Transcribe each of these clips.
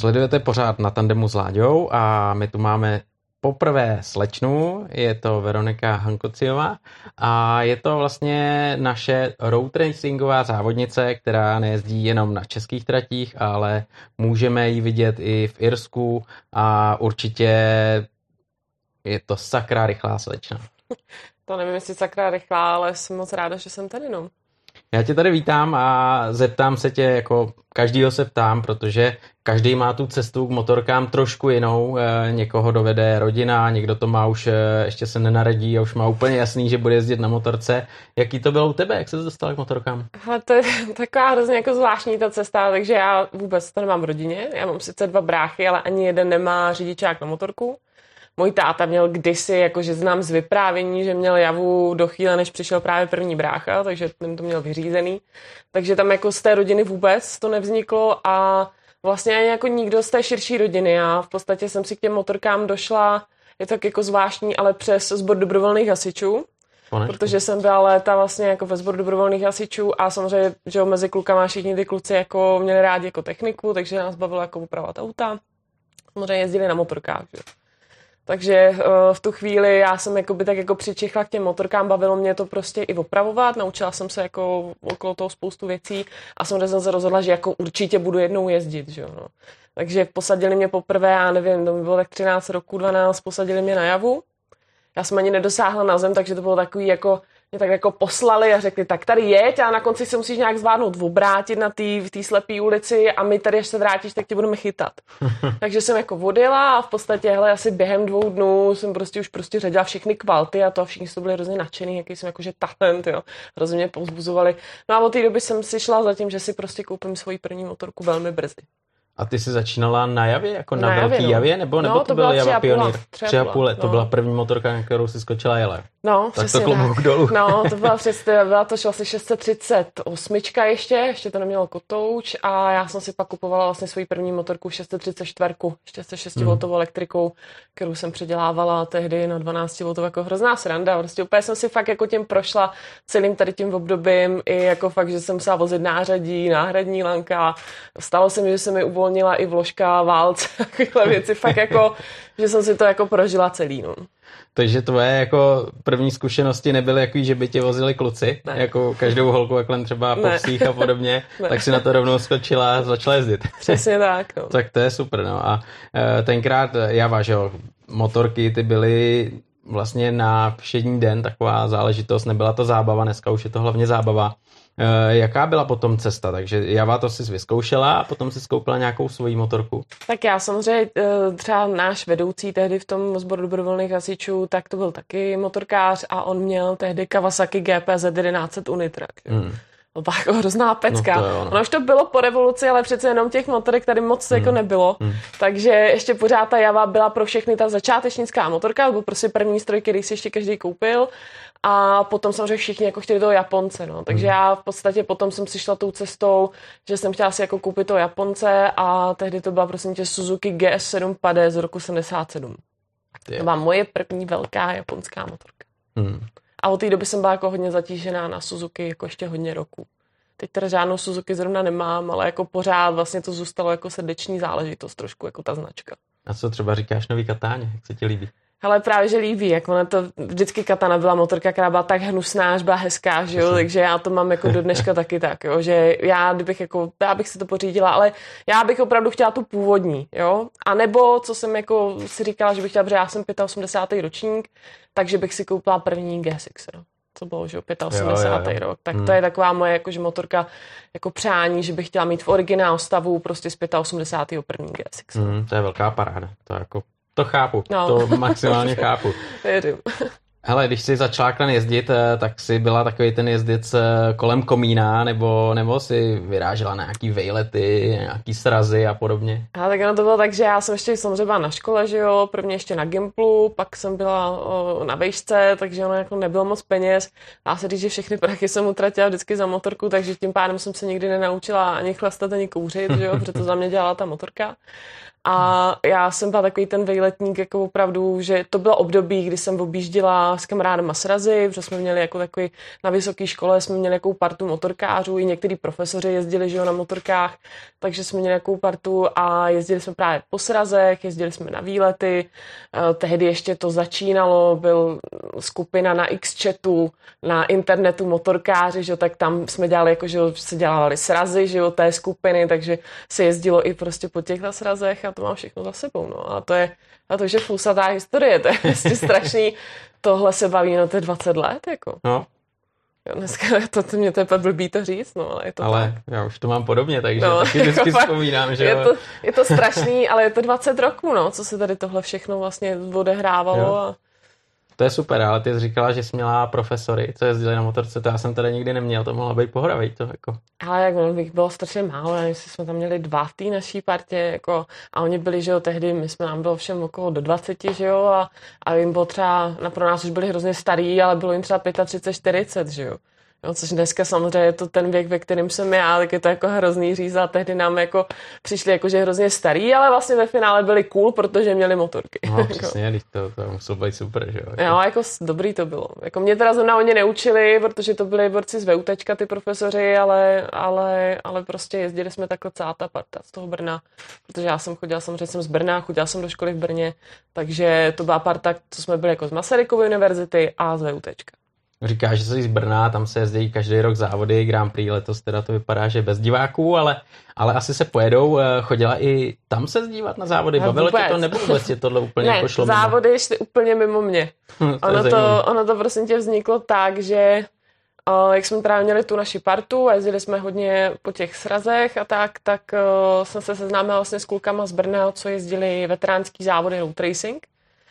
Sledujete pořád Na tandemu s Láďou a my tu máme poprvé slečnu, je to Veronika Hankociová a je to vlastně naše road racingová závodnice, která nejezdí jenom na českých tratích, ale můžeme ji vidět i v Irsku a určitě je to sakra rychlá slečna. To nevím, jestli sakra rychlá, ale jsem moc ráda, že jsem tady, no. Já tě tady vítám a zeptám se tě, jako každýho se ptám, protože každý má tu cestu k motorkám trošku jinou. Někoho dovede rodina, někdo to má už, ještě se nenarodí a už má úplně jasný, že bude jezdit na motorce. Jaký to bylo u tebe? Jak se dostal k motorkám? Ale to je taková hrozně jako zvláštní ta cesta, takže já vůbec to nemám v rodině. Já mám sice 2 bráchy, ale ani jeden nemá řidičák na motorku. Můj táta měl kdysi, jakože znám z vyprávění, že měl javu do chvíle, než přišel právě první brácha, takže ten to měl vyřízený. Takže tam jako z té rodiny vůbec to nevzniklo a vlastně ani jako nikdo z té širší rodiny. Já v podstatě jsem si k těm motorkám došla, je tak jako zvláštní, ale přes sbor dobrovolných hasičů. Protože jsem byla léta vlastně jako ve sboru dobrovolných hasičů a samozřejmě, že mezi klukama všichni ty kluci jako měli rádi jako techniku, takže nás bavilo jako opravovat auta. Samozřejmě jezdili na motorkách, že? Takže v tu chvíli já jsem jakoby tak jako přičichla k těm motorkám, bavilo mě to prostě i opravovat, naučila jsem se jako okolo toho spoustu věcí a samozřejmě jsem se rozhodla, že jako určitě budu jednou jezdit, že jo, no. Takže posadili mě poprvé, já nevím, to mi bylo tak 13 roku, 12, posadili mě na javu. Já jsem ani nedosáhla na zem, takže to bylo takový jako, mě tak jako poslali a řekli, tak tady jeď a na konci se musíš nějak zvládnout obrátit v té slepé ulici a my tady, až se vrátíš, tak tě budeme chytat. Takže jsem jako odjela a v podstatě, hele, asi během 2 dnů jsem už řadila všechny kvalty a to a všichni to byli hrozně nadšený, jaký jsem jakože talent, jo. Hrozně mě povzbuzovali. No a od té doby jsem si šla za tím, že si prostě koupím svoji první motorku velmi brzy. A ty jsi začínala na javě, jako na velký javě, nebo to byl Java Pionýr? 3,5 let. To byla první motorka, na kterou si skočila jele. No, tak to klobouk dolů. No, to byla to šlo asi 638 ještě to nemělo kotouč a já jsem si pak kupovala vlastně svoji první motorku 634, ještě se 6V elektrikou, kterou jsem předělávala tehdy na 12V, jako hrozná sranda. Prostě úplně jsem si fakt jako tím prošla celým tady tím obdobím i jako fakt, že jsem musela vozit nářadí, náhradní lanka. Stalo se mi, že se mi uvolnila i vložka, válce, takové věci, fakt jako, že jsem si to jako prožila celý, no. Takže tvoje jako první zkušenosti nebyly jaký, že by tě vozili kluci, ne. Jako každou holku, jak třeba po psích a podobně, tak si na to rovnou skočila a začala jezdit. Přesně tak. No. Tak to je super, no. A tenkrát Java, že jo, motorky ty byly vlastně na všední den taková záležitost, nebyla to zábava, dneska už je to hlavně zábava. Jaká byla potom cesta? Takže Java to si vyzkoušela a potom si skoupila nějakou svoji motorku. Tak já samozřejmě třeba náš vedoucí tehdy v tom sboru dobrovolných hasičů, tak to byl taky motorkář a on měl tehdy Kawasaki GPZ 1100 Unitrack. To byla jako hrozná pecka. No ono už to bylo po revoluci, ale přece jenom těch motorek tady moc jako nebylo. Takže ještě pořád ta Java byla pro všechny ta začátečnická motorka, byl prostě první stroj, který si ještě každý koupil. A potom samozřejmě všichni jako chtěli toho Japonce, no. Takže já v podstatě potom jsem si šla tou cestou, že jsem chtěla si jako koupit toho Japonce a tehdy to byla prosím tě Suzuki GS7 Pade z roku 77. To byla moje první velká japonská motorka. A od té doby jsem byla jako hodně zatížená na Suzuki jako ještě hodně roku. Teď teda žádnou Suzuki zrovna nemám, ale jako pořád vlastně to zůstalo jako srdeční záležitost trošku jako ta značka. A co třeba říkáš nový Katáně? Jak se ti líbí? Ale právě, že líbí, jak ona to vždycky Katana byla motorka, která byla tak hnusná, až byla hezká, že jo, takže já to mám jako do dneška taky tak, jo, že já bych si to pořídila, ale já bych opravdu chtěla tu původní, jo, a nebo, co jsem jako si říkala, že bych chtěla, protože já jsem 85. ročník, takže bych si koupila první GSX, jo. Co bylo, že 85. rok, tak to je taková moje jakože motorka jako přání, že bych chtěla mít v originál stavu prostě z 85. první GSX. To je velká paráda, to chápu, to maximálně chápu. Věřím. Hele, když jsi začala jezdit, tak jsi byla takový ten jezdec kolem komína, nebo si vyrážela na nějaký vejlety, nějaký srazy a podobně? A tak ono to bylo tak, že já jsem ještě samozřejmě byla na škole, že jo, prvně ještě na Gimplu, pak jsem byla na vejšce, takže ono jako nebylo moc peněz. Dá se říct, že všechny prachy jsem utratila vždycky za motorku, takže tím pádem jsem se nikdy nenaučila ani chlastat, ani kouřit, že jo, protože to za mě dělala ta motorka. A já jsem byla takový ten vejletník, jako opravdu, že to bylo období, kdy jsem objížděla s kamarádama srazy, protože jsme měli jako takový, na vysoké škole jsme měli jakou partu motorkářů, i některý profesoři jezdili, že jo, na motorkách, takže jsme měli jakou partu a jezdili jsme právě po srazech, jezdili jsme na výlety, tehdy ještě to začínalo, byl skupina na X-chatu, na internetu motorkáři, že jo, tak tam jsme dělali, jako, že jo, se dělali srazy, že jo, té skupiny, takže se jezdilo i prostě po těchto srazech a to mám všechno za sebou, no. A to už je flusatá historie, to je prostě strašný. Tohle se baví, no to je 20 let, jako. No. Jo, dneska mě to je blbý to říct, no, ale je to ale tak. Já už to mám podobně, takže taky vždycky vzpomínám, že je to strašný, ale je to 20 roků, no, co se tady tohle všechno vlastně odehrávalo a to je super, ale ty jsi říkala, že jsi měla profesory, co jezdili na motorce, to já jsem tady nikdy neměl, to mohla být pohoda, veď to jako. Ale jak bych bylo strašně málo, nevím, jestli jsme tam měli 2 v té naší partě, jako, a oni byli, že jo, tehdy, nám bylo všem okolo do 20, že jo, a jim bylo třeba, pro nás už byli hrozně starý, ale bylo jim třeba 35, 40, že jo. No, což dneska samozřejmě je to ten věk, ve kterém jsem já, tak je to jako hrozný říct a tehdy nám jako přišli jakože hrozně starý, ale vlastně ve finále byli cool, protože měli motorky. No přesně, to muselo být super, že jo. Jo, jako dobrý to bylo. Jako mě teda zrovna oni neučili, protože to byli borci z VUTčka, ty profesoři, ale prostě jezdili jsme takhle celá ta parta z toho Brna, protože já jsem chodila, samozřejmě jsem z Brna, chodila jsem do školy v Brně, takže to byla parta, co jsme byli jako z Masarykovy univerzity a z VUTčka. Říkáš, že jsi z Brna, tam se jezdí každý rok závody, Grand Prix, letos teda to vypadá, že bez diváků, ale asi se pojedou. Chodila i tam se zdívat na závody? Bavilo tě to, nebo vůbec tě tohle úplně ne, pošlo mimo? Závody šly úplně mimo mě. Ono to prosím tě vzniklo tak, že jak jsme právě měli tu naši partu a jezdili jsme hodně po těch srazech a tak jsem se seznámila vlastně s klukama z Brna, co jezdili veteránský závody road racing.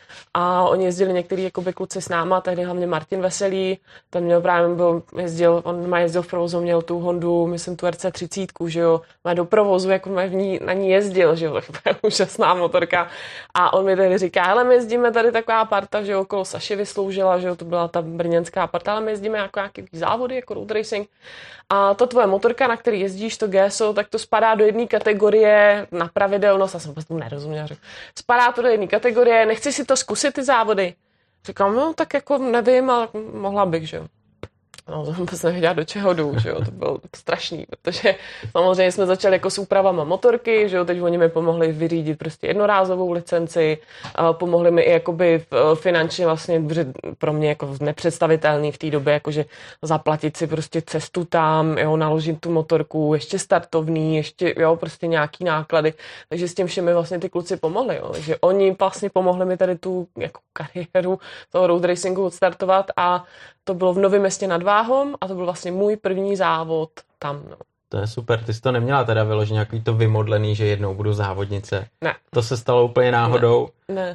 A oni jezdili některý jakoby kluci s náma, tehdy hlavně Martin Veselý, ten měl právě jezdil v provozu, měl tu Hondu, myslím tu RC30, že jo, má do provozu, jako na ní jezdil, že jo, tak to je úžasná motorka. A on mi tehdy říká, hele, my jezdíme tady taková parta, že jo, okolo Saši vysloužila, že jo, to byla ta brněnská parta, ale my jezdíme jako nějaký závody, jako road racing. A to tvoje motorka, na který jezdíš, to GSO, tak to spadá do jedné kategorie na pravidelnost, já jsem vůbec tomu nerozuměla, že spadá to do jedné kategorie, nechci si to zkusit ty závody. Říkám, no tak jako nevím, ale mohla bych, že jo. No, to vůbec nevěděla, do čeho jdu, že jo, to bylo strašný, protože samozřejmě jsme začali jako s úpravama motorky, že jo, teď oni mi pomohli vyřídit prostě jednorázovou licenci, pomohli mi i jakoby finančně vlastně, protože pro mě jako nepředstavitelný v té době, jakože zaplatit si prostě cestu tam, jo, naložit tu motorku, ještě startovný, ještě, jo, prostě nějaký náklady, takže s tím všemi vlastně ty kluci pomohli, jo, takže oni vlastně pomohli mi tady tu jako kariéru toho road racingu odstartovat a to bylo v Novém Městě nad Váhom a to byl vlastně můj první závod tam. No. To je super. Ty jsi to neměla teda vyloženě nějaký to vymodlený, že jednou budu závodnice. Ne. To se stalo úplně náhodou. Ne.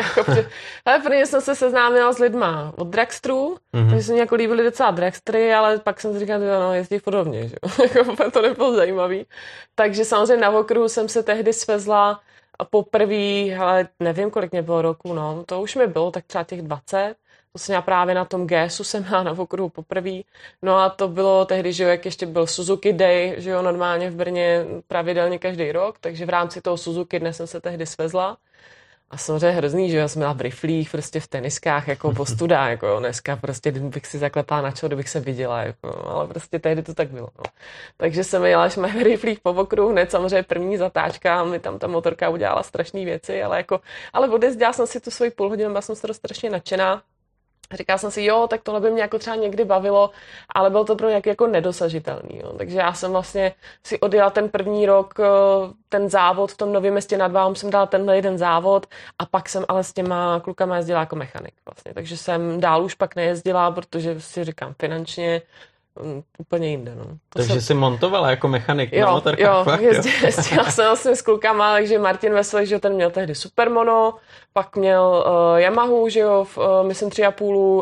Ale prvně jsem se seznámila s lidma od dragstrů, takže se mi jako líbily docela dragstry, ale pak jsem si říkala, že no, jezdí podobně, že to nebylo zajímavý. Takže samozřejmě na okruhu jsem se tehdy svezla poprvé, ale nevím, kolik mě bylo roku, no, to už mi bylo tak třeba těch 20. To jsem já právě na tom GSu jsem měla na okruhu poprvé. No a to bylo tehdy, že jo, jak ještě byl Suzuki Day, že jo, normálně v Brně pravidelně každý rok, takže v rámci toho Suzuki dne jsem se tehdy svezla. A samozřejmě hrozný, že já jsem měla v riflích, prostě v teniskách, jako po studách, jako dneska prostě bych si zaklepala na čelo, kdybych se viděla, jako, ale prostě tehdy to tak bylo. No. Takže jsem jela, že v riflích po okruhu, hned samozřejmě první zatáčka, mi tam ta motorka udělala strašné věci, ale odjezdila jsem si tu svoji půl hodinu, byla jsem z toho strašně nadšená. Říkala jsem si, jo, tak tohle by mě jako třeba někdy bavilo, ale bylo to pro mě jako nedosažitelný. Jo. Takže já jsem vlastně si odjela ten první rok, ten závod v tom Novém Městě nad Váhom jsem dala tenhle jeden závod a pak jsem ale s těma klukama jezdila jako mechanik vlastně. Takže jsem dál už pak nejezdila, protože si říkám finančně úplně jinde. No. Takže jsi montovala jako mechanik na motorkách? Jo, jezdila jsem vlastně s klukama, takže Martin Veselý, že ten měl tehdy Supermono, pak měl Yamahu, že jo, myslím 3,5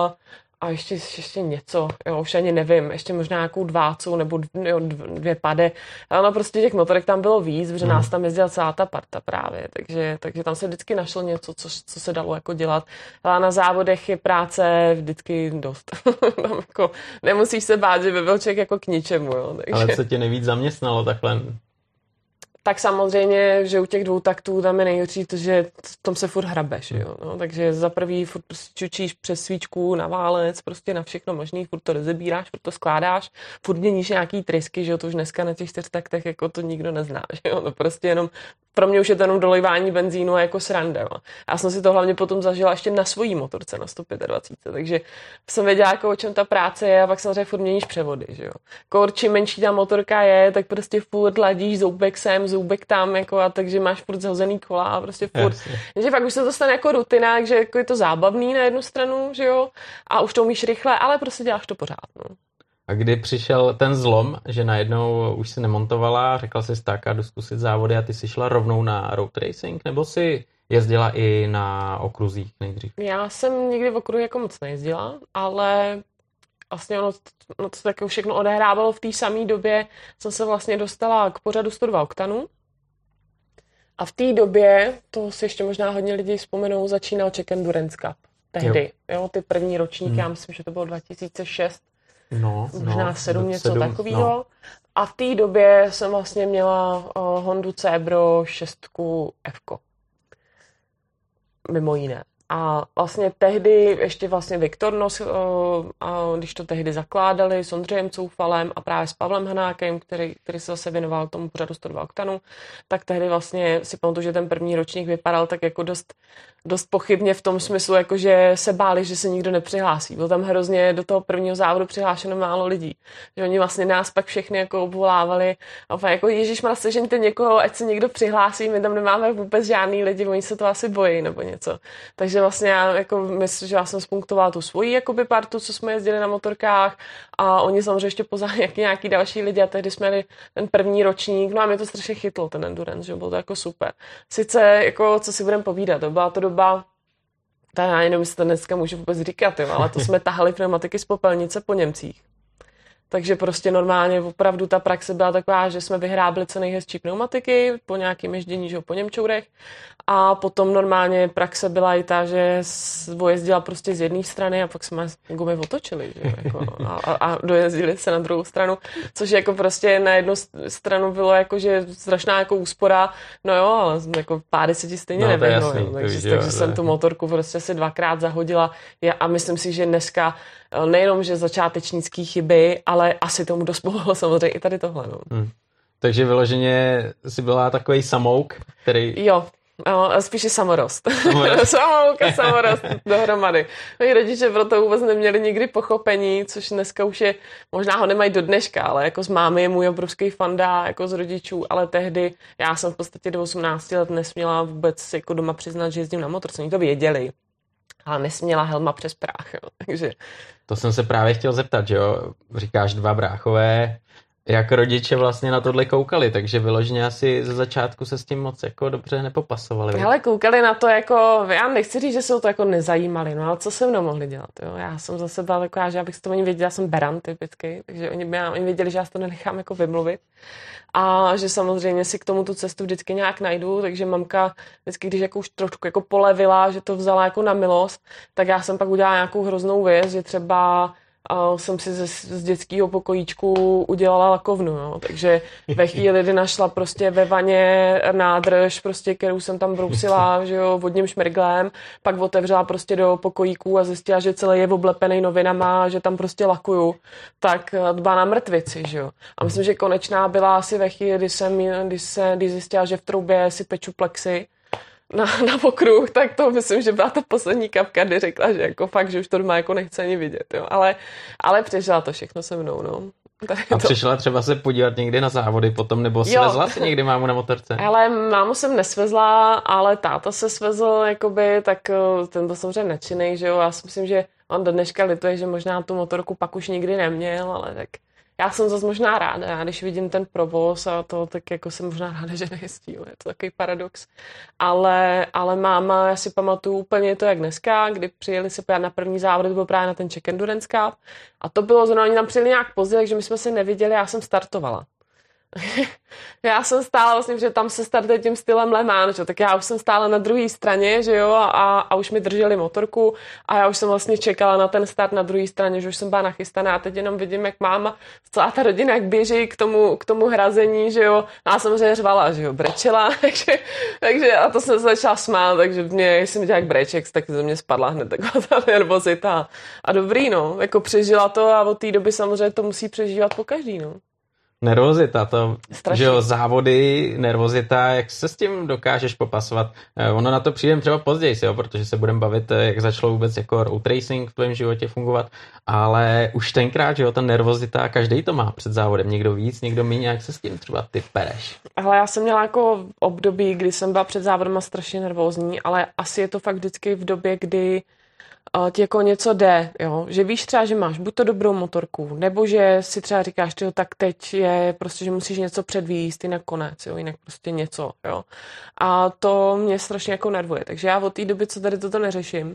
a ještě něco, jo, už ani nevím, ještě možná nějakou dvácu nebo jo, 2 pade. No prostě těch motorek tam bylo víc, protože nás tam jezdila celá ta parta právě, takže tam se vždycky našlo něco, co se dalo jako dělat. Ale na závodech je práce vždycky dost. Tam jako nemusíš se bát, že by byl člověk jako k ničemu. Jo, takže... Ale co tě nejvíc zaměstnalo takhle? tak samozřejmě, že u těch dvoutaktů tam je nejhorší to, že v tom se furt hrabeš, jo. No, takže za prvý furt prostě čučíš přes svíčku na válec, prostě na všechno možný, furt to rozebíráš, furt to skládáš, furt měníš nějaký trysky, že jo, to už dneska na těch 4 taktech jako to nikdo nezná, že jo, to prostě jenom, pro mě už je to jenom dolejvání benzínu a jako sranda, no. Já jsem si to hlavně potom zažila ještě na svojí motorce na 125, takže jsem věděla, jako o čem ta práce je a pak samozřejmě furt měníš převody, že jo. Čím menší ta motorka je, tak prostě furt ladíš zoubek sem, zoubek tam, jako a takže máš furt zahozený kola a prostě furt. Takže fakt už se to stane jako rutina, takže jako je to zábavný na jednu stranu, že jo, a už to umíš rychle, ale prostě děláš to pořád, no. A kdy přišel ten zlom, že najednou už si nemontovala, řekla jsi tak a jdu zkusit závody a ty jsi šla rovnou na road racing, nebo si jezdila i na okruzích nejdřív? Já jsem nikdy v okruhu jako moc nejezdila, ale vlastně ono to tak všechno odehrávalo v té samé době, jsem se vlastně dostala k pořadu 102 oktanů. A v té době, to si ještě možná hodně lidí vzpomenou, začínal Czech Endurance Cup. Tehdy, jo ty první ročníky, já myslím, že to bylo 2006, možná 7, něco takového. No. A v té době jsem vlastně měla Hondu Cebro 6 F-ko. Mimo jiné. A vlastně tehdy ještě vlastně Viktor Nos, když to tehdy zakládali s Ondřejem Coufalem a právě s Pavlem Hanákem, který se zase věnoval tomu pořadu 102 oktanů, tak tehdy vlastně si pamatuju, že ten první ročník vypadal tak jako dost pochybně v tom smyslu, jako že se báli, že se nikdo nepřihlásí. Bylo tam hrozně do toho prvního závodu přihlášeno málo lidí. Že oni vlastně nás pak všechny jako obvolávali a jako ježišmar, sežeňte někoho, ať se někdo přihlásí, my tam nemáme vůbec žádný lidi, oni se to asi bojí nebo něco. Takže vlastně já jako myslím, že já jsem spunktovala tu svoji jakoby partu, co jsme jezdili na motorkách a oni samozřejmě ještě pozvali nějaký další lidi a tehdy jsme jeli ten první ročník, no a mě to strašně chytlo, ten endurance, že bylo to jako super. Sice jako, co si budeme povídat, to byla to doba, já nevím, jestli to dneska můžu vůbec říkat, jo, ale to jsme tahali pneumatiky z popelnice po Němcích. Takže prostě normálně opravdu ta praxe byla taková, že jsme vyhrábli co nejhezčí pneumatiky po nějakém ježdění, že po Němčourech. A potom normálně praxe byla i ta, že jezdila prostě z jedné strany a pak jsme gumy otočili. Že? Jako, a dojezdili se na druhou stranu, což jako prostě na jednu stranu bylo jako, že strašná jako úspora, no jo, ale jako pády se ti stejně nevyhnou. Takže jsem tu motorku prostě si 2krát zahodila a myslím si, že dneska nejenom, že začátečnický chyby, ale asi tomu dost pomohlo samozřejmě i tady tohle. No. Takže vyloženě jsi byla takový samouk, který... Jo, spíše samorost. Samouk a samorost dohromady. Moji rodiče proto vůbec neměli nikdy pochopení, což dneska už je, možná ho nemají do dneška, ale jako z mámy je můj obrovský fanda, jako z rodičů, ale tehdy já jsem v podstatě do 18 let nesměla vůbec jako doma přiznat, že jezdím na motorce. Oni to věděli, ale nesměla helma přes práh. Jo. Takže... To jsem se právě chtěl zeptat, že jo? Říkáš 2 bráchové, jak rodiče vlastně na tohle koukali, takže vyloženě asi ze začátku se s tím moc jako dobře nepopasovali. Ale koukali na to jako, já nechci říct, že se o to jako nezajímali, no ale co se mnou mohli dělat, jo? Já jsem zase byla taková, že já bych si to oni věděla, já jsem beran typicky, takže oni věděli, že já si to nenechám jako vymluvit a že samozřejmě si k tomu tu cestu vždycky nějak najdu, takže mamka vždycky, když jako už trošku jako polevila, že to vzala jako na milost, tak já jsem pak udělala nějakou hroznou věc, že třeba jsem si z dětského pokojíčku udělala lakovnu, jo. Takže ve chvíli, kdy našla prostě ve vaně nádrž, prostě, kterou jsem tam brousila, že jo, vodním šmirglem, pak otevřela prostě do pokojíku a zjistila, že celý je oblepený novinama, že tam prostě lakuju, tak dbá na mrtvici, že jo. A myslím, že konečná byla asi ve chvíli, kdy zjistila, že v troubě si peču plexy na okruh, tak to myslím, že byla ta poslední kapka, kdy řekla, že jako fakt, že už to doma jako nechce ani vidět, jo. Ale přežila to všechno se mnou, no. A přišla třeba se podívat někdy na závody potom, nebo svezla si někdy mámu na motorce? Ale mámu jsem nesvezla, ale táta se svezl, jakoby, tak ten byl samozřejmě nadšenej, že jo. Já si myslím, že on do dneška lituje, že možná tu motorku pak už nikdy neměl, ale tak já jsem zase možná ráda, já když vidím ten provoz a to, tak jako jsem možná ráda, že nejezdí, je to takový paradox. Ale máma, já si pamatuju úplně to, jak dneska, kdy přijeli se na první závod, to byl právě na ten Czech Endurance Cup a to bylo zrovna, oni tam přijeli nějak pozdě, takže my jsme se neviděli, já jsem startovala. Já jsem stála vlastně, že tam se startuje tím stylem Le Mans, že? Tak já už jsem stála na druhé straně, že jo, a už mi drželi motorku a já už jsem vlastně čekala na ten start na druhé straně, že už jsem byla nachystaná a teď jenom vidím, jak máma, celá ta rodina, jak běží k tomu hrazení, že jo, a já samozřejmě řvala, že jo, brečela, takže a to jsem se začala smát, takže mě, jsem dělala jak breček, tak ze mě spadla hned taková ta nervozita. A dobrý, no, jako přežila to a od té doby samozřejmě to musí přežívat po každý, no. Nervozita, to, strašně. Že jo, závody, nervozita, jak se s tím dokážeš popasovat? Ono na to přijde třeba později, jo, protože se budeme bavit, jak začalo vůbec jako road racing v tvém životě fungovat, ale už tenkrát, že jo, ta nervozita, každý to má před závodem, někdo víc, někdo méně, jak se s tím třeba ty pereš? Ale já jsem měla jako období, kdy jsem byla před závodem strašně nervózní, ale asi je to fakt vždycky v době, kdy ti jako něco jde, jo? Že víš třeba, že máš buď to dobrou motorku, nebo že si třeba říkáš, tyjo, tak teď je prostě, že musíš něco předvíst, jinak konec, jo? Jinak prostě něco, jo. A to mě strašně jako nervuje, takže já od té doby, co tady toto neřeším,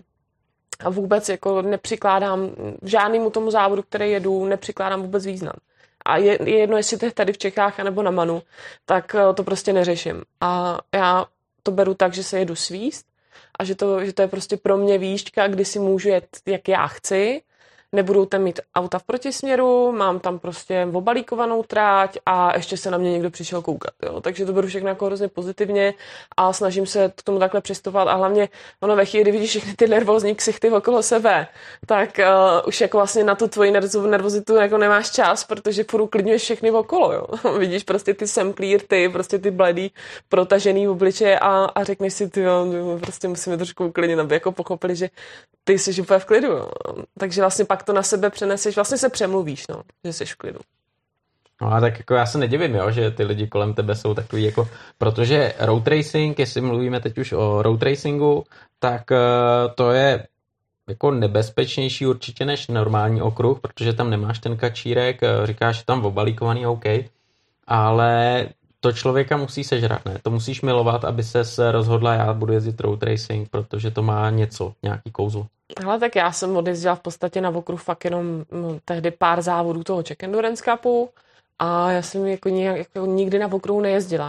a vůbec jako nepřikládám žádnému tomu závodu, který jedu, nepřikládám vůbec význam. A je jedno, jestli to je tady v Čechách, anebo na Manu, tak to prostě neřeším. A já to beru tak, že se jedu svíst, a že to je prostě pro mě výška, kdy si můžu jet, jak já chci, nebudou tam mít auta v protisměru, mám tam prostě obalíkovanou tráť a ještě se na mě někdo přišel koukat. Jo? Takže to beru všechno jako hrozně pozitivně a snažím se k tomu takhle přistupovat a hlavně ono ve chvíli, kdy vidíš všechny ty nervózní ksichty okolo sebe, tak už jako vlastně na tu tvoji nervozitu jako nemáš čas, protože furt uklidňuješ všechny okolo. Jo? Vidíš prostě ty semklý rty, prostě ty bledý protažený obličeje a řekneš si, tyjo, prostě musíme trošku uklidnit, aby jako pochopili, že ty jsi úplně v klidu. Jo? Takže vlastně pak to na sebe přeneseš, vlastně se přemluvíš, no, že jsi v klidu. No a tak jako já se nedivím, jo, že ty lidi kolem tebe jsou takový jako, protože road racing, jestli mluvíme teď už o road racingu, tak to je jako nebezpečnější určitě než normální okruh, protože tam nemáš ten kačírek, říkáš, že tam obalíkovaný, OK, ale to člověka musí sežrat, ne? To musíš milovat, aby ses rozhodla, já budu jezdit road racing, protože to má nějaký kouzlo. Ale tak já jsem odjezdila v podstatě na okruh fakt jenom tehdy pár závodů toho Czech Endurance Cupu a já jsem jako nikdy na okruhu nejezdila.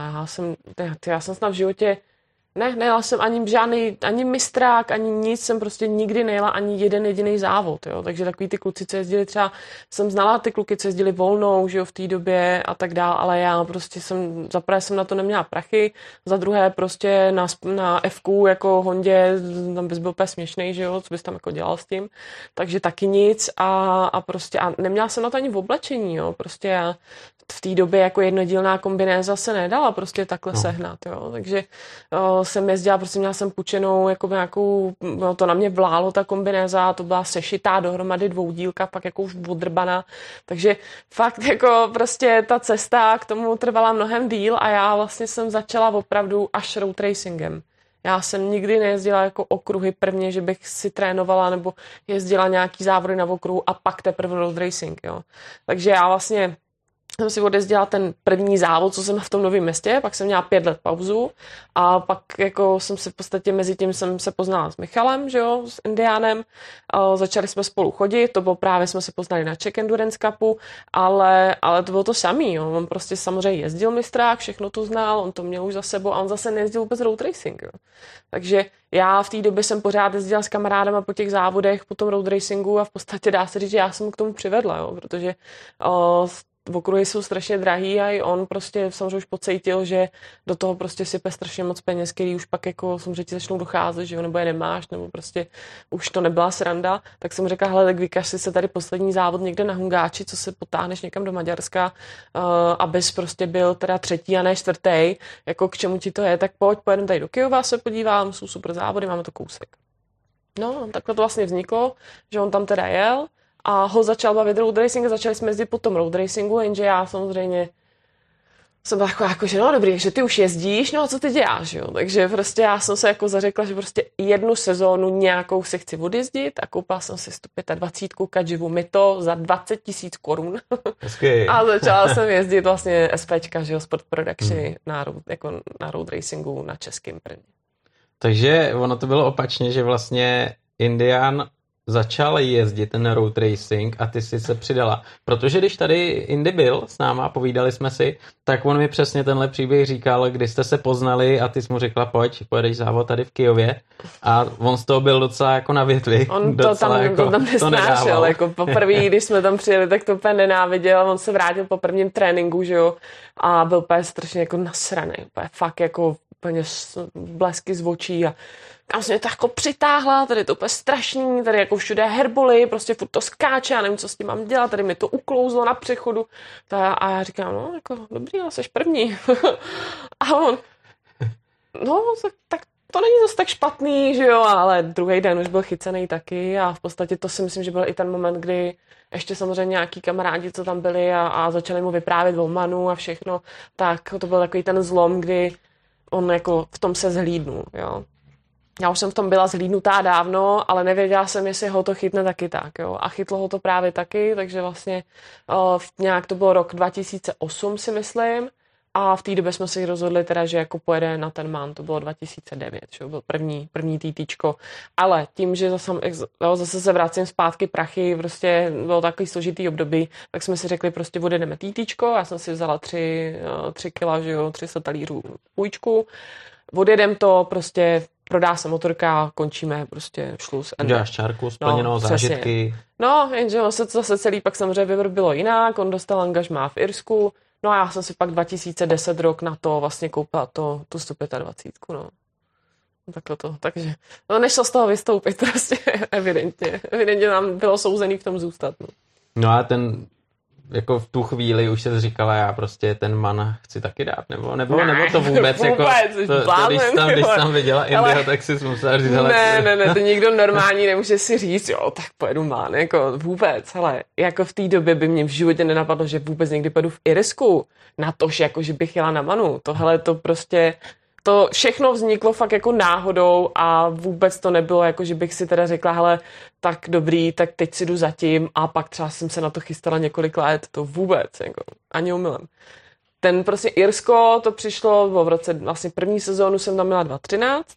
Já jsem snad v životě nejela jsem ani mistrák, ani nic, jsem prostě nikdy nejela ani jeden jediný závod, jo. Takže takový ty kluci, co jezdili třeba, jsem znala ty kluky, co jezdili volnou, že jo, v té době a tak dál, ale já prostě za prvé jsem na to neměla prachy, za druhé prostě na F-ku jako Hondě, tam bys byl úplně směšnej, že jo, co bys tam jako dělal s tím, takže taky nic a prostě a neměla jsem na to ani v oblečení, jo, prostě já v té době jako jednodílná kombinéza se nedala prostě takhle sehnat, jo, takže jsem jezdila, prostě měla jsem půjčenou jako nějakou, no to na mě vlálo ta kombinéza, to byla sešitá dohromady dvoudílka, pak jako už odrbaná, takže fakt jako prostě ta cesta k tomu trvala mnohem díl a já vlastně jsem začala opravdu až road racingem. Já jsem nikdy nejezdila jako okruhy prvně, že bych si trénovala nebo jezdila nějaký závody na okruhu a pak teprve road racing, jo. Takže já vlastně jsem si odjezdila ten první závod, co jsem v tom Novém Městě, pak jsem měla 5 let pauzu a pak jako jsem se v podstatě mezi tím jsem se poznala s Michalem, že jo, s Indiánem, začali jsme spolu chodit, to bylo právě, jsme se poznali na Czech Endurance Cupu, ale to bylo to samý, jo. On prostě samozřejmě jezdil mistrák, všechno to znal, on to měl už za sebou a on zase nejezdil vůbec road racing, jo. Takže já v té době jsem pořád jezdila s kamarádama po těch závodech, po tom road racingu a v podstatě dá se říct, že já jsem k tomu přivedla, jo, protože okruhy jsou strašně drahý a i on prostě samozřejmě už pocítil, že do toho prostě sype strašně moc peněz, který už pak jako samozřejmě ti začnou docházet, že jo, nebo je nemáš, nebo prostě už to nebyla sranda, tak jsem řekla, hele, tak vykaž si se tady poslední závod někde na Hungáči, co se potáhneš někam do Maďarska, abys prostě byl teda 3. a ne 4., jako k čemu ti to je, tak pojedeme tady do Kyjova, se podívám, jsou super závody, máme to kousek. No, takhle to vlastně vzniklo, že on tam teda jel, a ho začal bavit road racing a začali jsme jezdit po tom road racingu, jenže já samozřejmě jsem byla jako, že no dobrý, že ty už jezdíš, no a co ty děláš, jo? Takže prostě já jsem se jako zařekla, že prostě jednu sezónu nějakou si chci odjezdit a koupila jsem si 125 Kadživu Mito za 20 000 korun. A začala jsem jezdit vlastně SPčka, že jo, Sport Production na road racingu na českém první. Takže ono to bylo opačně, že vlastně Indian začal jezdit ten road racing a ty jsi se přidala. Protože když tady Indy byl s náma, povídali jsme si, tak on mi přesně tenhle příběh říkal, kdy jste se poznali a ty jsi mu řekla, pojď, pojedeš závod tady v Kyjově. A on z toho byl docela jako na větvi. On to tam nesnášel. Jako poprvé, když jsme tam přijeli, tak to úplně nenáviděl. On se vrátil po prvním tréninku, že jo, a byl úplně strašně jako nasraný. Úplně fakt jako úplně blesky z očí a kam se mě to jako přitáhla, tady je to úplně strašný, tady jako všude herboly, prostě furt to skáče, já nevím, co s tím mám dělat, tady mi to uklouzlo na přechodu. A já říkám, no, jako dobrý, ale seš první. A on, no, tak to není zase tak špatný, že jo, ale druhý den už byl chycený taky a v podstatě to si myslím, že byl i ten moment, kdy ještě samozřejmě nějaký kamarádi, co tam byli a začali mu vyprávět o Manu a všechno, tak to byl takový ten zlom, kdy on jako v tom se zhlídnul, jo. Já už jsem v tom byla zhlídnutá dávno, ale nevěděla jsem, jestli ho to chytne taky tak, jo. A chytlo ho to právě taky, takže vlastně nějak to bylo rok 2008, si myslím. A v té době jsme si rozhodli teda, že jako pojede na ten Man, to bylo 2009, že byl první TTčko. Ale tím, že zase se vracím zpátky prachy, prostě bylo takový složitý období, tak jsme si řekli, prostě odjedeme TTčko, já jsem si vzala 3 kila, že jo, 300 talířů půjčku, odjedem to, prostě prodá se motorka, končíme prostě šluz. Děláš čárku, splněno, zážitky. No, jenže on se to zase celý pak samozřejmě bylo jinak, on dostal angažmá v Irsku, no a já jsem si pak 2010 rok na to vlastně koupila tu 125, no. Takhle to, takže no, nešlo z toho vystoupit prostě, evidentně. Evidentně nám bylo souzený v tom zůstat, no. No a ten, jako v tu chvíli už se říkala, já prostě ten Man chci taky dát, nebo to vůbec, jako, když tam viděla Indyho, tak si musela říct, ne, to nikdo normální nemůže si říct, jo, tak pojedu Man, jako vůbec, hele, jako v té době by mě v životě nenapadlo, že vůbec někdy pojedu v Irsku, natož jako, že bych jela na Manu, tohle to prostě, to všechno vzniklo fakt jako náhodou a vůbec to nebylo jako, že bych si teda řekla, hele, tak dobrý, tak teď si jdu zatím a pak třeba jsem se na to chystala několik let, to vůbec, jako ani omylem. Ten prostě Irsko, to přišlo v roce, vlastně první sezónu jsem tam měla 2013,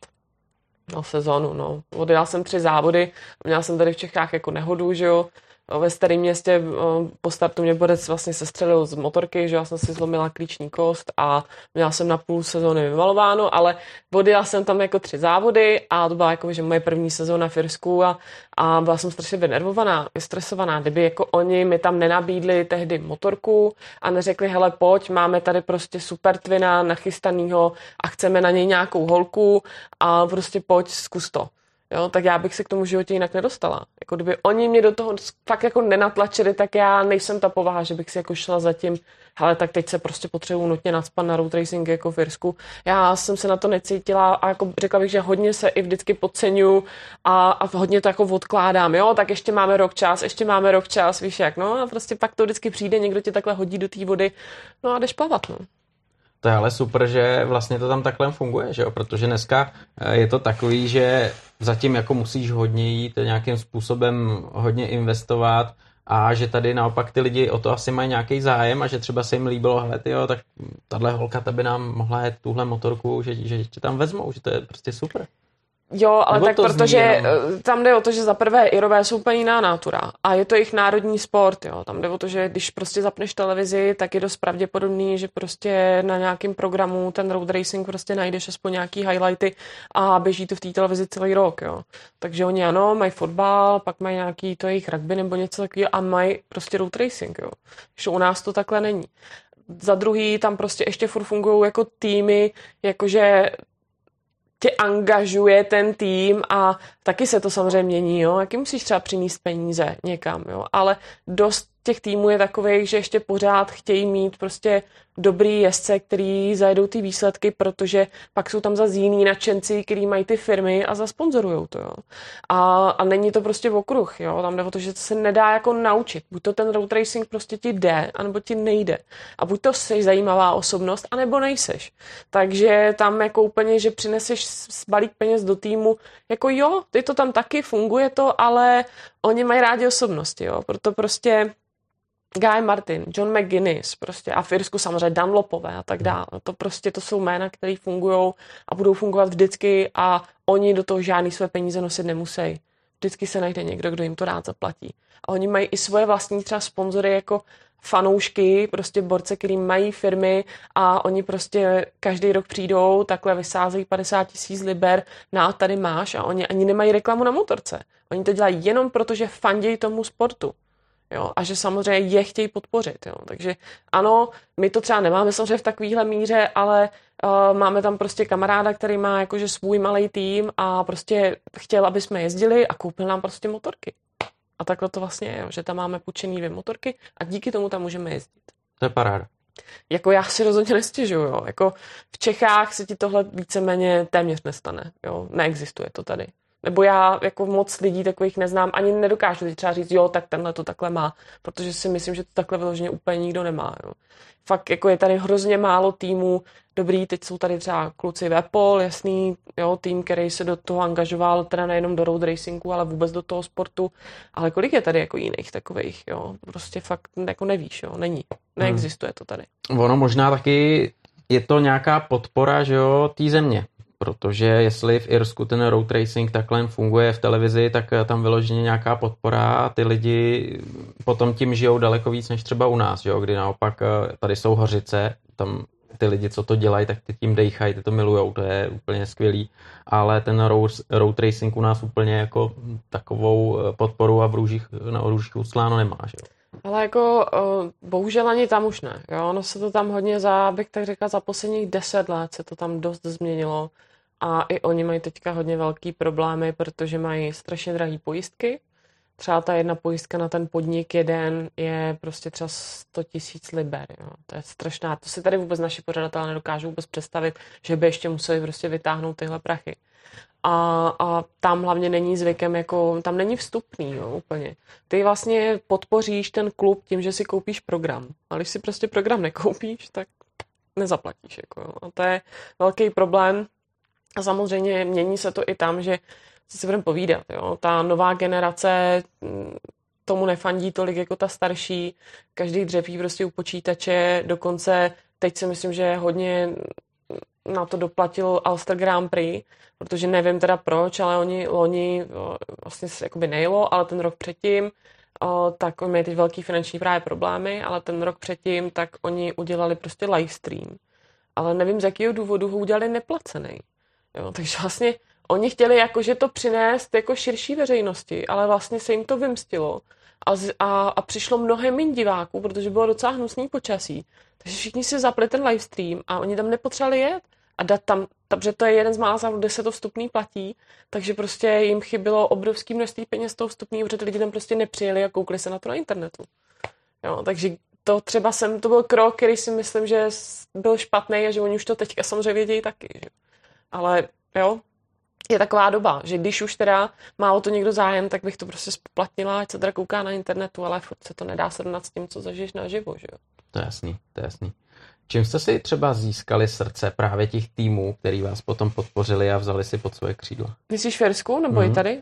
odjela jsem 3 závody, měla jsem tady v Čechách jako nehodu, že jo, ve Starém Městě po startu mě borec vlastně sestřelil z motorky, že já jsem si zlomila klíční kost a měla jsem na půl sezóny vymalováno, ale odjela jsem tam jako 3 závody a to byla jako, že moje první sezóna v Irsku a byla jsem strašně vynervovaná, vystresovaná, kdyby jako oni mi tam nenabídli tehdy motorku a neřekli, hele pojď, máme tady prostě super twina nachystanýho a chceme na něj nějakou holku a prostě pojď, zkus to. Jo, tak já bych se k tomu životě jinak nedostala. Jako kdyby oni mě do toho fakt jako nenatlačili, tak já nejsem ta povaha, že bych si jako šla za tím, hele, tak teď se prostě potřebuji nutně nacpat na road racing jako v Irsku. Já jsem se na to necítila a jako řekla bych, že hodně se i vždycky podceňuju a hodně to jako odkládám, jo, tak ještě máme rok čas, víš jak, no a prostě pak to vždycky přijde, někdo tě takhle hodí do té vody, no a jdeš plavat, no. To je ale super, že vlastně to tam takhle funguje, že jo? Protože dneska je to takový, že zatím jako musíš hodně jít nějakým způsobem hodně investovat a že tady naopak ty lidi o to asi mají nějaký zájem a že třeba se jim líbilo, hele tyjo, tak tahle holka ta by nám mohla jet tuhle motorku, že tě tam vezmou, že to je prostě super. Jo, ale tak protože tam jde o to, že za prvé Irové jsou úplně jiná nátura a je to jejich národní sport, jo. Tam jde o to, že když prostě zapneš televizi, tak je dost pravděpodobný, že prostě na nějakém programu ten road racing prostě najdeš aspoň nějaký highlighty a běží to v té televizi celý rok, jo. Takže oni ano, mají fotbal, pak mají nějaký to jejich rugby nebo něco takového a mají prostě road racing, jo. Že u nás to takhle není. Za druhý tam prostě ještě furt fungují jako týmy, jakože tě angažuje ten tým a taky se to samozřejmě mění, jo, jaký musíš třeba přinést peníze někam, jo, ale dost těch týmů je takových, že ještě pořád chtějí mít prostě dobrý jezdce, který zajedou ty výsledky, protože pak jsou tam zase jiný nadšenci, který mají ty firmy a zasponzorujou to, jo. A není to prostě okruh, jo, tam jde o to, že to se nedá jako naučit. Buď to ten road racing prostě ti jde, anebo ti nejde. A buď to jsi zajímavá osobnost, anebo nejseš. Takže tam jako úplně, že přineseš balík peněz do týmu, jako jo, ty to tam taky, funguje to, ale oni mají rádi osobnosti, jo, proto prostě Guy Martin, John McGuinness, prostě a v Irsku samozřejmě Dunlopové a tak dále. To prostě to jsou jména, které fungují a budou fungovat vždycky a oni do toho žádný své peníze nosit nemusí. vždycky se najde někdo, kdo jim to rád zaplatí. A oni mají i svoje vlastní třeba sponzory jako fanoušky, prostě borce, který mají firmy a oni prostě každý rok přijdou, takhle vysázejí 50 000 liber, tady máš a oni ani nemají reklamu na motorce. Oni to dělají jenom proto, že fandějí tomu sportu. Jo, a že samozřejmě je chtějí podpořit. Jo. Takže ano, my to třeba nemáme samozřejmě v takovéhle míře, ale máme tam prostě kamaráda, který má jakože svůj malý tým a prostě chtěl, aby jsme jezdili a koupil nám prostě motorky. A takhle to vlastně je, že tam máme půjčený 2 motorky a díky tomu tam můžeme jezdit. To je paráda. Jako já si rozhodně nestěžuju, jo. Jako v Čechách se ti tohle víceméně téměř nestane, jo. Neexistuje to tady. Nebo já jako moc lidí takových neznám, ani nedokážu teď třeba říct, jo, tak tenhle to takhle má, protože si myslím, že to takhle vyloženě úplně nikdo nemá, jo. Fakt jako je tady hrozně málo týmů, dobrý, teď jsou tady třeba kluci v Apple, jasný, jo, tým, který se do toho angažoval, teda nejenom do road racingu, ale vůbec do toho sportu, ale kolik je tady jako jiných takových, jo, prostě fakt jako nevíš, jo, neexistuje to tady. Ono možná taky je to nějaká podpora, že jo, té země. Protože jestli v Irsku ten road racing takhle funguje v televizi, tak tam vyloženě nějaká podpora a ty lidi potom tím žijou daleko víc než třeba u nás, jo? Kdy naopak tady jsou hořice, tam ty lidi, co to dělají, tak ty tím dejchají, ty to milujou, to je úplně skvělý, ale ten road racing u nás úplně jako takovou podporu a na růžích usláno nemá, že jo? Ale jako bohužel ani tam už ne. Jo? Ono se to tam hodně bych tak řekla, za posledních 10 let se to tam dost změnilo a i oni mají teďka hodně velký problémy, protože mají strašně drahý pojistky. Třeba ta jedna pojistka na ten podnik jeden je prostě třeba 100 000 liber. Jo? To je strašná. To si tady vůbec naši pořadatelé nedokážou vůbec představit, že by ještě museli prostě vytáhnout tyhle prachy. A tam hlavně není zvykem, jako tam není vstupný, jo, úplně. Ty vlastně podpoříš ten klub tím, že si koupíš program. A když si prostě program nekoupíš, tak nezaplatíš. Jako, jo. A to je velký problém. A samozřejmě mění se to i tam, že si budeme povídat. Jo. Ta nová generace tomu nefandí tolik jako ta starší. Každý dřepí prostě u počítače. Dokonce teď si myslím, že hodně na to doplatil Ulster Grand Prix, protože nevím teda proč, ale oni loni vlastně jakoby nejelo, ale ten rok předtím, tak oni mají teď velký finanční právě problémy, ale ten rok předtím, tak oni udělali prostě livestream. Ale nevím, z jakého důvodu ho udělali neplacený. Jo, takže vlastně oni chtěli jakože to přinést jako širší veřejnosti, ale vlastně se jim to vymstilo a přišlo mnohem méně diváků, protože bylo docela hnusný počasí. Takže všichni si zapli ten livestream a oni tam nepotřebovali jet a dát tam, protože to je jeden z mála závodů, kde se to vstupný platí, takže prostě jim chybilo obrovské množství peněz toho vstupný, protože ty lidi tam prostě nepřijeli a koukli se na to na internetu. Jo, takže to třeba to byl krok, který si myslím, že byl špatný a že oni už to teďka samozřejmě vědějí taky. Že? Ale jo, je taková doba, že když už teda málo to někdo zájem, tak bych to prostě spoplatnila, ať se teda kouká na internetu, ale furt se to nedá srovnat s tím, co zažiješ naživo, že jo. To je jasný. Čím jste si třeba získali srdce právě těch týmů, který vás potom podpořili a vzali si pod svoje křídla? Myslíš v Irsku nebo i tady?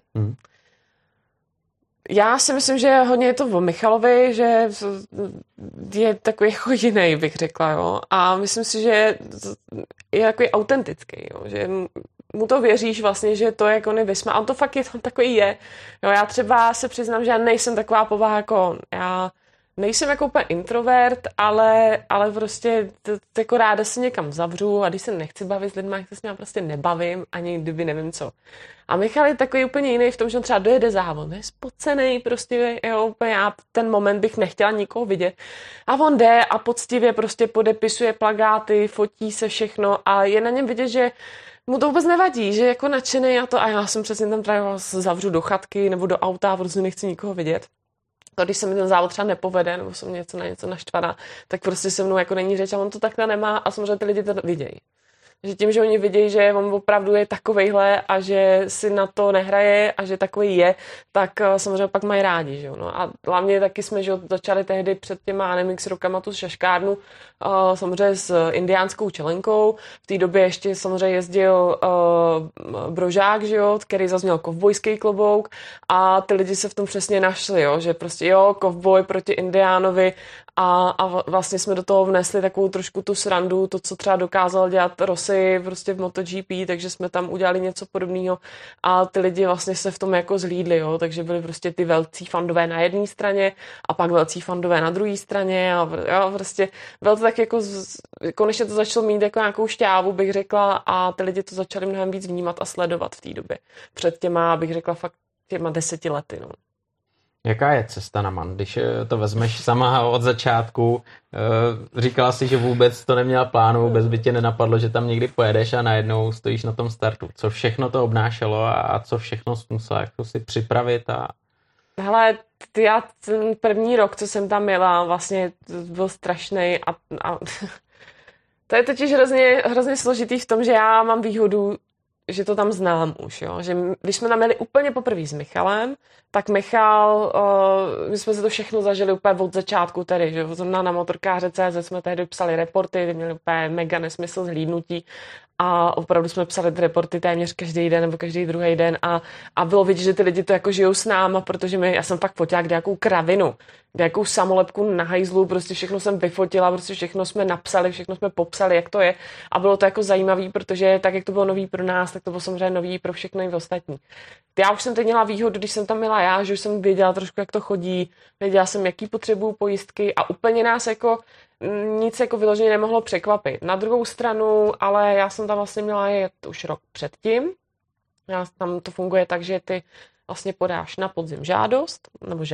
Já si myslím, že hodně je to o Michalovi, že je takový jako jiný, bych řekla, jo. A myslím si, že je takový autentický, jo. Že mu to věříš vlastně, že to je jako nevysmá. A on to fakt je tam takový je. Jo, já třeba se přiznám, že já nejsem taková povaha jako on. Já nejsem jako úplně introvert, ale prostě jako ráda se někam zavřu a když se nechci bavit s lidmi, tak se s nimi prostě nebavím, ani kdyby nevím co. A Michal je takový úplně jiný v tom, že on třeba dojede závod, je spocený, prostě jo, úplně já ten moment bych nechtěla nikoho vidět. A on jde a poctivě prostě podepisuje plakáty, fotí se všechno a je na něm vidět, že mu to vůbec nevadí, že jako nadšený a to a já jsem přesně tam třeba zavřu do chatky nebo do auta, protože nechci nikoho vidět. A když se mi ten závod třeba nepovede, nebo jsem něco naštvaná, tak prostě se mnou jako není řeč a on to takhle nemá a samozřejmě ty lidi to vidějí. Že tím, že oni vidějí, že on opravdu je takovejhle a že si na to nehraje a že takový je, tak samozřejmě pak mají rádi. Že? No a hlavně taky jsme že začali tehdy před těma NMX rokama tu šaškárnu samozřejmě s indiánskou čelenkou. V té době ještě samozřejmě jezdil Brožák, že jo, který zase měl kovbojský klobouk a ty lidi se v tom přesně našli, jo, že prostě jo, kovboj proti indiánovi a vlastně jsme do toho vnesli takovou trošku tu srandu, to, co třeba dokázal dělat Ross nosy prostě v MotoGP, takže jsme tam udělali něco podobného a ty lidi vlastně se v tom jako zhlídli, jo, takže byli prostě ty velcí fandové na jedné straně a pak velcí fandové na druhé straně a jo, prostě bylo to tak jako, konečně to začalo mít jako nějakou šťávu, bych řekla, a ty lidi to začali mnohem víc vnímat a sledovat v té době. Před těma, bych řekla, fakt těma 10 lety, no. Jaká je cesta na Man, když to vezmeš sama od začátku? Říkala si, že vůbec to neměla plánu, vůbec by tě nenapadlo, že tam někdy pojedeš a najednou stojíš na tom startu. Co všechno to obnášelo a co všechno musela jako si připravit? Hele, já ten první rok, co jsem tam jela, vlastně byl strašný a to je totiž hrozně složitý v tom, že já mám výhodu, že to tam znám už, jo? Že když jsme tam jeli úplně poprvé s Michalem, tak Michal, my jsme se to všechno zažili úplně od začátku tady, že na motorkáře.cz jsme tehdy psali reporty, měli úplně mega nesmysl zhlídnutí a opravdu jsme psali reporty téměř každý den nebo každý druhý den a bylo vidět, že ty lidi to jako žijou s náma, protože já jsem fakt fotila nějakou kravinu, nějakou samolepku na hajzlu, prostě všechno jsem vyfotila, prostě všechno jsme napsali, všechno jsme popsali, jak to je a bylo to jako zajímavý, protože tak, jak to bylo nový pro nás, tak to bylo samozřejmě nový pro všechny i ostatní. Já už jsem teď měla výhodu, když jsem tam měla já, že už jsem věděla trošku, jak to chodí, věděla jsem, jaký potřebuju pojistky a úplně nás jako nic jako vyloženě nemohlo překvapit. Na druhou stranu, ale já jsem tam vlastně měla jet už rok předtím. Tam to funguje tak, že ty vlastně podáš na podzim žádost,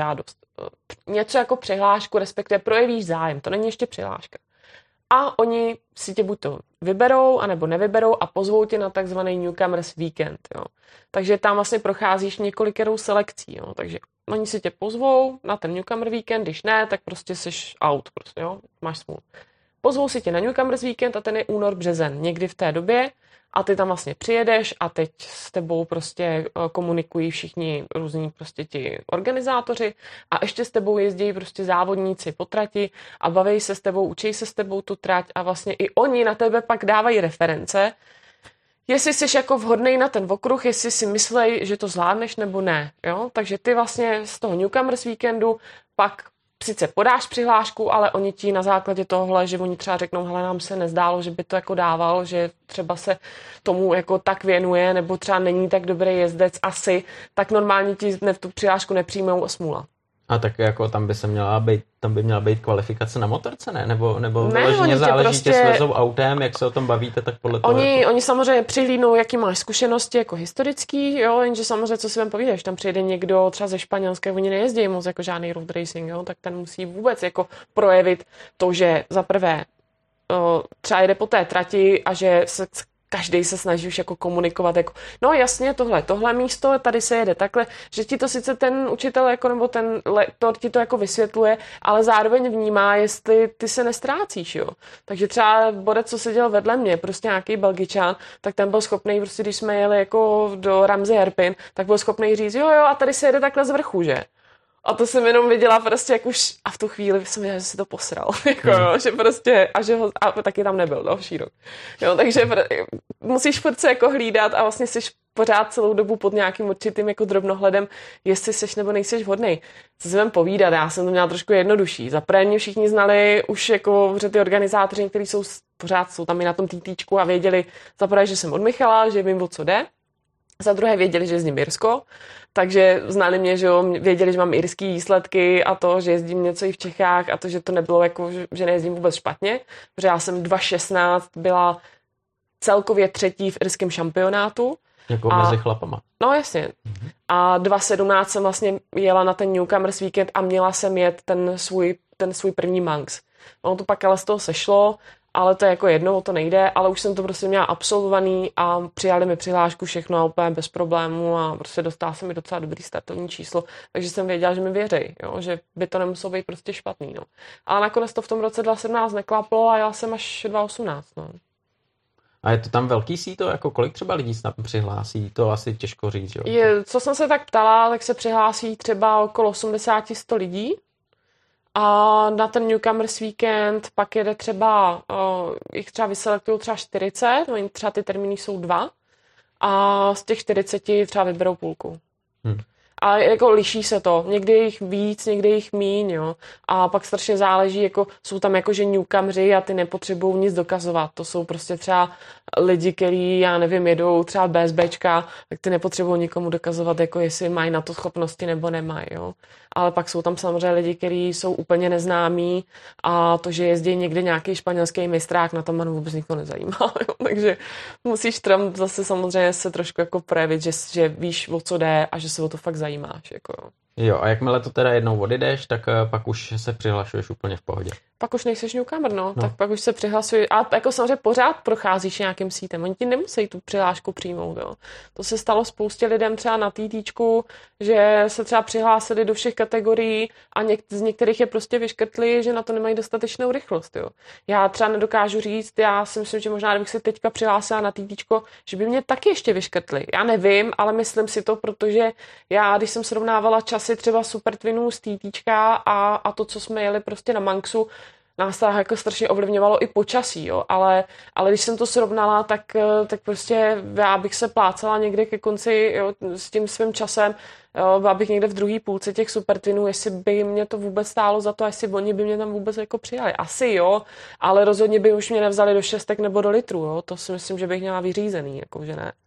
něco jako přihlášku, respektive projevíš zájem, to není ještě přihláška. A oni si tě buď to vyberou, anebo nevyberou a pozvou tě na takzvaný Newcomers Weekend. Jo. Takže tam vlastně procházíš několikerou selekcí. Jo. Takže oni si tě pozvou na ten Newcomer Weekend, když ne, tak prostě seš out. Prostě, jo. Máš smůlu. Pozvou si tě na Newcomers Weekend a ten je únor, březen, někdy v té době. A ty tam vlastně přijedeš a teď s tebou prostě komunikují všichni různí prostě ti organizátoři a ještě s tebou jezdí prostě závodníci po trati a baví se s tebou, učí se s tebou tu trať a vlastně i oni na tebe pak dávají reference, jestli jsi jako vhodnej na ten okruh, jestli si myslej, že to zvládneš nebo ne. Jo? Takže ty vlastně z toho Newcomers Weekendu pak sice podáš přihlášku, ale oni ti na základě tohle, že oni třeba řeknou, hele, nám se nezdálo, že by to jako dával, že třeba se tomu jako tak věnuje, nebo třeba není tak dobrý jezdec asi, tak normálně ti tu přihlášku nepřijmou a smůla. A tak jako tam by měla být kvalifikace na motorce, ne? Nebo ne, záleží prostě svezou autem, jak se o tom bavíte, tak podle toho... Oni samozřejmě přihlídnou, jaký máš zkušenosti jako historický, jo, jenže samozřejmě, co si vám povídeš, tam přijde někdo třeba ze Španělska, oni nejezdí moc jako žádný road racing, jo, tak ten musí vůbec jako projevit to, že za prvé třeba jede po té trati a že se každý se snaží už jako komunikovat, jako no jasně, tohle místo, tady se jede takhle, že ti to sice ten učitel jako, nebo ten lektor ti to jako vysvětluje, ale zároveň vnímá, jestli ty se nestrácíš, jo. Takže třeba borec, co seděl vedle mě, prostě nějaký Belgičan, tak ten byl schopný, prostě když jsme jeli jako do Ramsey Hairpin, tak byl schopný říct, jo, a tady se jede takhle z vrchu, že? A to jsem jenom viděla prostě jak už, a v tu chvíli jsem viděla, že si to posral, jako jo, že prostě, a taky tam nebyl další rok. Jo, takže musíš furt se jako hlídat a vlastně jsi pořád celou dobu pod nějakým určitým jako drobnohledem, jestli seš nebo nejseš vhodnej. Co si vám povídat, já jsem to měla trošku jednodušší. Za prvé mě všichni znali už jako, že ty organizátoři, kteří pořád jsou tam i na tom TTčku a věděli za prvé, že jsem od Michala, že vím, o co jde. Za druhé věděli, že jezdím Irsko, takže znali mě, že jo, věděli, že mám irský výsledky a to, že jezdím něco i v Čechách a to, že to nebylo jako, že nejezdím vůbec špatně, protože já jsem 2016 byla celkově třetí v irském šampionátu. Jako mezi chlapama. No jasně. A 2017 jsem vlastně jela na ten Newcomers Weekend a měla jsem jet ten svůj první Manx. Ono to pak ale z toho sešlo, ale to je jako jedno, o to nejde, ale už jsem to prostě měla absolvovaný a přijali mi přihlášku všechno a úplně bez problémů a prostě dostala se mi docela dobrý startovní číslo, takže jsem věděla, že mi věří, jo, že by to nemuselo být prostě špatný, no. Ale nakonec to v tom roce 2017 neklaplo a já jsem až 2018, no. A je to tam velký síto, jako kolik třeba lidí se tam přihlásí, to asi těžko říct, jo? Co jsem se tak ptala, tak se přihlásí třeba okolo 80-100 lidí. A na ten Newcomers Weekend pak jede třeba, jich třeba vyselektují třeba 40, no třeba ty termíny jsou 2 a z těch 40 třeba vyberou půlku. A jako liší se to. Někdy jich víc, někdy jich míň, jo. A pak strašně záleží, jako jsou tam jakože newcomeři a ty nepotřebují nic dokazovat. To jsou prostě třeba lidi, kteří, já nevím, jedou třeba BSBčka, tak ty nepotřebují nikomu dokazovat, jako jestli mají na to schopnosti nebo nemají, jo. Ale pak jsou tam samozřejmě lidi, kteří jsou úplně neznámí a to, že jezdí někde nějaký španělský mistrák, na tom man vůbec nikoho nezajímá, jo. Takže musíš tam zase samozřejmě se trošku jako projevit, že víš, o co jde a že se o to fakt zajímáš, jako. Jo, a jakmile to teda jednou odjdeš, tak pak už se přihlašuješ úplně v pohodě. Pak už nejseš newcomer, no. Tak pak už se přihlasují. A jako samozřejmě pořád procházíš nějakým sítem. Oni ti nemusí tu přihlášku přijmout, jo. To se stalo spoustě lidem třeba na TTčku, že se třeba přihlásili do všech kategorií a z některých je prostě vyškrtli, že na to nemají dostatečnou rychlost, jo. Já třeba nedokážu říct, já si myslím, že možná, kdybych se teďka přihlásila na TTčko, že by mě taky ještě vyškrtli. Já nevím, ale myslím si to, protože já, když jsem srovnávala časy třeba Super Twinů z TTčka a to, co jsme jeli prostě na Manxu, nás to jako strašně ovlivňovalo i počasí, jo, ale když jsem to srovnala, tak prostě já bych se plácala někde ke konci, jo, s tím svým časem, jo, abych někde v druhé půlce těch Super Twinů, jestli by mě to vůbec stálo za to, jestli oni by mě tam vůbec jako přijali. Asi jo, ale rozhodně by už mě nevzali do šestek nebo do litru, jo, to si myslím, že bych měla vyřízený, jako že ne.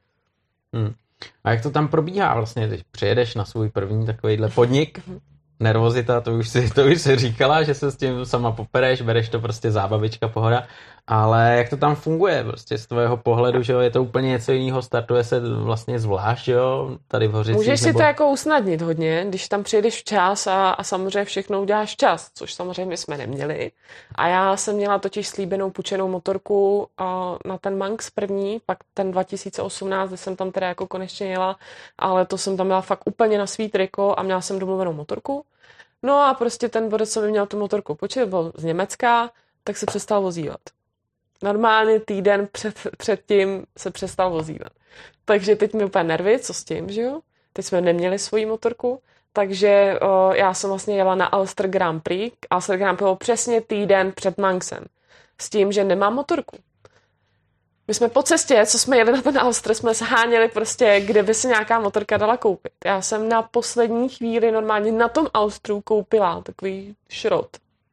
A jak to tam probíhá vlastně, když přijedeš na svůj první takovýhle podnik, nervozita, to už si říkala, že se s tím sama popereš, bereš to prostě zábavička, pohoda, ale jak to tam funguje prostě z tvého pohledu, že jo, je to úplně něco jiného, startuje se vlastně zvlášť, jo, tady v Hořicích. Můžeš si to jako usnadnit hodně, když tam přijedeš včas a samozřejmě všechno uděláš včas, což samozřejmě jsme neměli. A já jsem měla totiž slíbenou půjčenou motorku na ten Manx první, pak ten 2018, kdy jsem tam teda jako konečně jela, ale to jsem tam měla fakt úplně na svý triko a měla jsem domluvenou motorku. No a prostě ten borec, co by měl tu motorku půjčit, byl z Německa, tak se přestal vozívat. Normálně týden předtím se přestal vozívat. Takže teď mi úplně nervy, co s tím, že jo? Teď jsme neměli svoji motorku, takže já jsem vlastně jela na Ulster Grand Prix. Ulster Grand Prix byl přesně týden před Manxem. S tím, že nemám motorku. My jsme po cestě, co jsme jeli na ten Ulster, jsme sháněli prostě, kde by se nějaká motorka dala koupit. Já jsem na poslední chvíli normálně na tom Ulsteru koupila takový šrot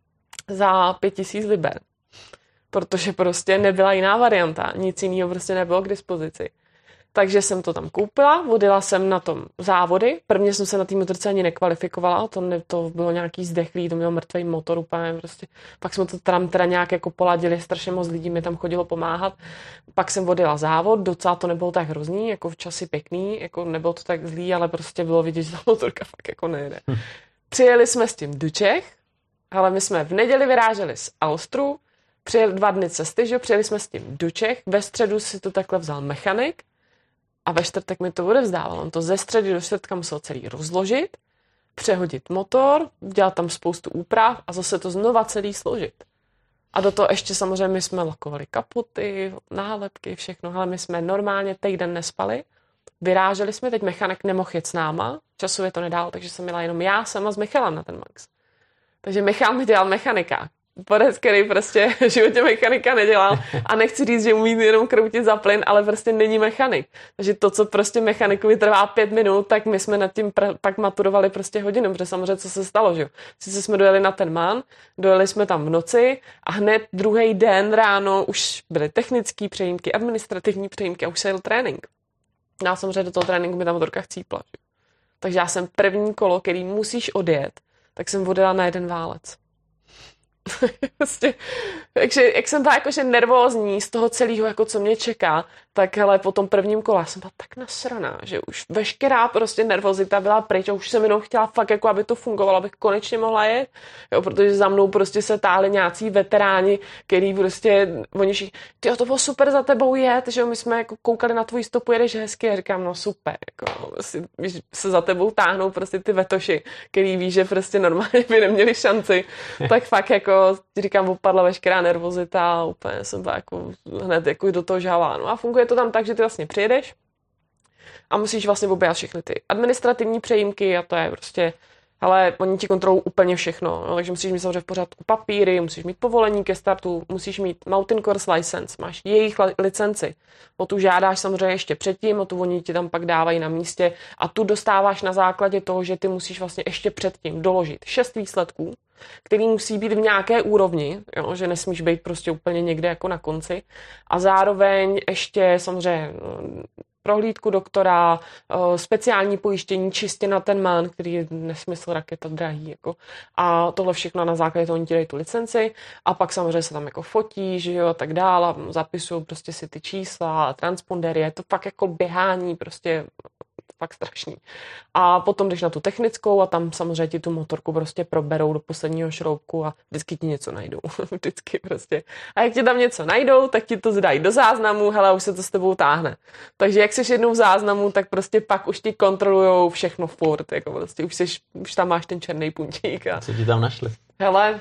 za 5000 liber. Protože prostě nebyla jiná varianta. Nic jiného prostě nebylo k dispozici. Takže jsem to tam koupila, vodila jsem na tom závody. Prvně jsem se na té motorce ani nekvalifikovala, to bylo nějaký zdechlý, to měl mrtvý motor úplně prostě. Pak jsme to tam teda nějak jako poladili, strašně moc lidí mi tam chodilo pomáhat. Pak jsem vodila závod, docela to nebylo tak hrozný, jako v časy pěkný, jako nebylo to tak zlý, ale prostě bylo vidět, že ta motorka fakt jako nejde. Přijeli jsme s tím do Čech, ale my jsme v neděli vyráželi z Ulsteru, přijeli 2 dny cesty, že přijeli jsme s tím do Čech, ve středu si to takhle vzal mechanik a ve čtvrtek mi to odevzdával. On to ze středy do čtvrtka musel celý rozložit, přehodit motor, dělat tam spoustu úprav a zase to znova celý složit. A do toho ještě samozřejmě my jsme lakovali kapoty, nálepky, všechno, ale my jsme normálně týden nespali, vyráželi jsme, teď mechanik nemohl jet s náma, časově to nedál, takže jsem měla jenom já sama s Michalem na ten Max. Takže Michal mi dělal mechanika. Borec, který prostě v životě mechanika nedělal a nechci říct, že umí jenom kroutit za plyn, ale prostě není mechanik. Takže to, co prostě mechanikovi trvá 5 minut, tak my jsme nad tím pak maturovali prostě hodinu, protože samozřejmě co se stalo, že jo. Sice jsme dojeli na ten Man, dojeli jsme tam v noci a hned druhý den ráno už byly technické přejímky, administrativní přejímky a už se jel trénink. Já samozřejmě do toho tréninku mi ta motorka chcípla. Že? Takže já jsem první kolo, který musíš odjet, tak jsem odjela na jeden válec. Prostě, takže jak jsem byla jakože nervózní z toho celého, jako co mě čeká, tak hele, po tom prvním kole jsem byla tak nasraná, že už veškerá prostě nervozita byla pryč a už jsem jenom chtěla fakt, jako aby to fungovalo, abych konečně mohla jet, jo, protože za mnou prostě se táhli nějací veteráni, který prostě, oni všichni, tyjo, to bylo super za tebou jet, že jo, my jsme jako koukali na tvůj stopu, jedeš hezky a říkám, no super, jako, se za tebou táhnou prostě ty vetoši, který ví, že prostě normálně by neměli šanci, tak fakt jako říkám, opadla veškerá nervozita a úplně jsem byla jako hned jako do toho žala. No a funguje to tam tak, že ty vlastně přijedeš a musíš vlastně oběhat všechny ty administrativní přejímky a to je prostě ale oni ti kontrolují úplně všechno, no, takže musíš mít samozřejmě v pořádku papíry, musíš mít povolení ke startu, musíš mít Mountain Course license, máš jejich licenci. O tu žádáš samozřejmě ještě předtím, o tu oni ti tam pak dávají na místě a tu dostáváš na základě toho, že ty musíš vlastně ještě předtím doložit 6 výsledků, který musí být v nějaké úrovni, jo, že nesmíš být prostě úplně někde jako na konci a zároveň ještě samozřejmě prohlídku doktora, speciální pojištění čistě na ten man, který je nesmysl raketa drahý. Jako. A tohle všechno na základě toho oni ti dají tu licenci a pak samozřejmě se tam jako fotí, že jo, a tak dále, a zapisují prostě si ty čísla a transpondery, je to fakt jako běhání prostě fakt strašný. A potom jdeš na tu technickou a tam samozřejmě ti tu motorku prostě proberou do posledního šroubku a vždycky ti něco najdou. Vždycky prostě. A jak ti tam něco najdou, tak ti to dají do záznamu, hele, už se to s tebou táhne. Takže jak jsi jednou v záznamu, tak prostě pak už ti kontrolujou všechno furt, jako prostě už tam máš ten černý puntík. A... Co ti tam našli? Hele,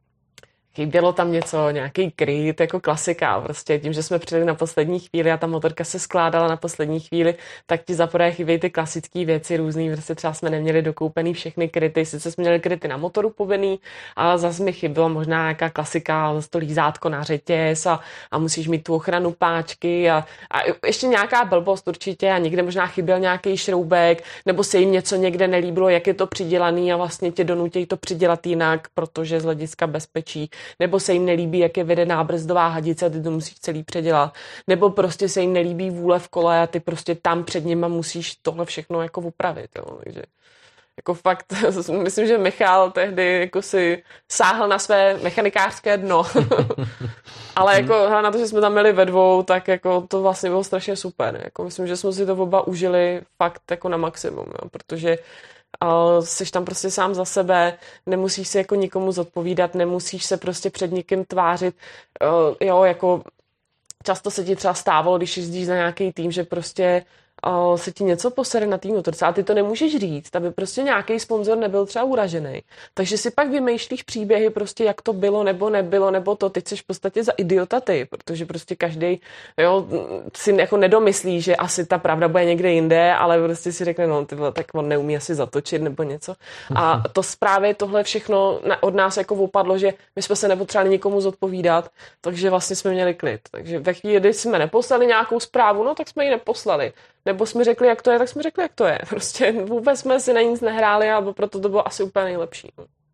chybělo tam něco, nějaký kryt, jako klasika. Prostě tím, že jsme přijeli na poslední chvíli a ta motorka se skládala na poslední chvíli, tak ti zaprvé chybějí ty klasické věci různý. Prostě třeba jsme neměli dokoupený všechny kryty, sice jsme měli kryty na motoru povinný, ale zase mi chybělo možná nějaká klasika, to lízátko na řetěz a musíš mít tu ochranu páčky a ještě nějaká blbost určitě a někde možná chyběl nějaký šroubek, nebo se jim něco někde nelíbilo, jak je to přidělaný a vlastně tě donutí to přidělat jinak, protože z hlediska bezpečí. Nebo se jim nelíbí, jak je vedená brzdová hadice a ty to musíš celý předělat. Nebo prostě se jim nelíbí vůle v kole a ty prostě tam před nima musíš tohle všechno jako upravit. Jo. Takže jako fakt, myslím, že Michal tehdy jako si sáhl na své mechanikářské dno. Ale jako na to, že jsme tam měli ve dvou, tak jako to vlastně bylo strašně super. Jako myslím, že jsme si to oba užili fakt jako na maximum, jo, protože jsi tam prostě sám za sebe, nemusíš se jako nikomu zodpovídat, nemusíš se prostě před nikým tvářit, jo, jako často se ti třeba stávalo, když jezdíš za nějaký tým, že prostě se ti něco posere na té motorce a ty to nemůžeš říct, aby prostě nějaký sponzor nebyl třeba uražený. Takže si pak vymýšlíš příběhy prostě, jak to bylo nebo nebylo, nebo to, teď jsi v podstatě za idiota ty, protože prostě každý, jo, si jako nedomyslí, že asi ta pravda bude někde jinde, ale prostě si řekne, no tyhle, tak on neumí asi zatočit nebo něco. A to právě tohle všechno od nás jako opadlo, že my jsme se nepotřebovali nikomu zodpovídat, takže vlastně jsme měli klid. Takže ve chvíli, kdy jsme neposlali nějakou zprávu, no tak jsme ji neposlali. Nebo jsme řekli, jak to je, tak jsme řekli, jak to je. Prostě vůbec jsme si na nic nehráli, ale proto to bylo asi úplně nejlepší.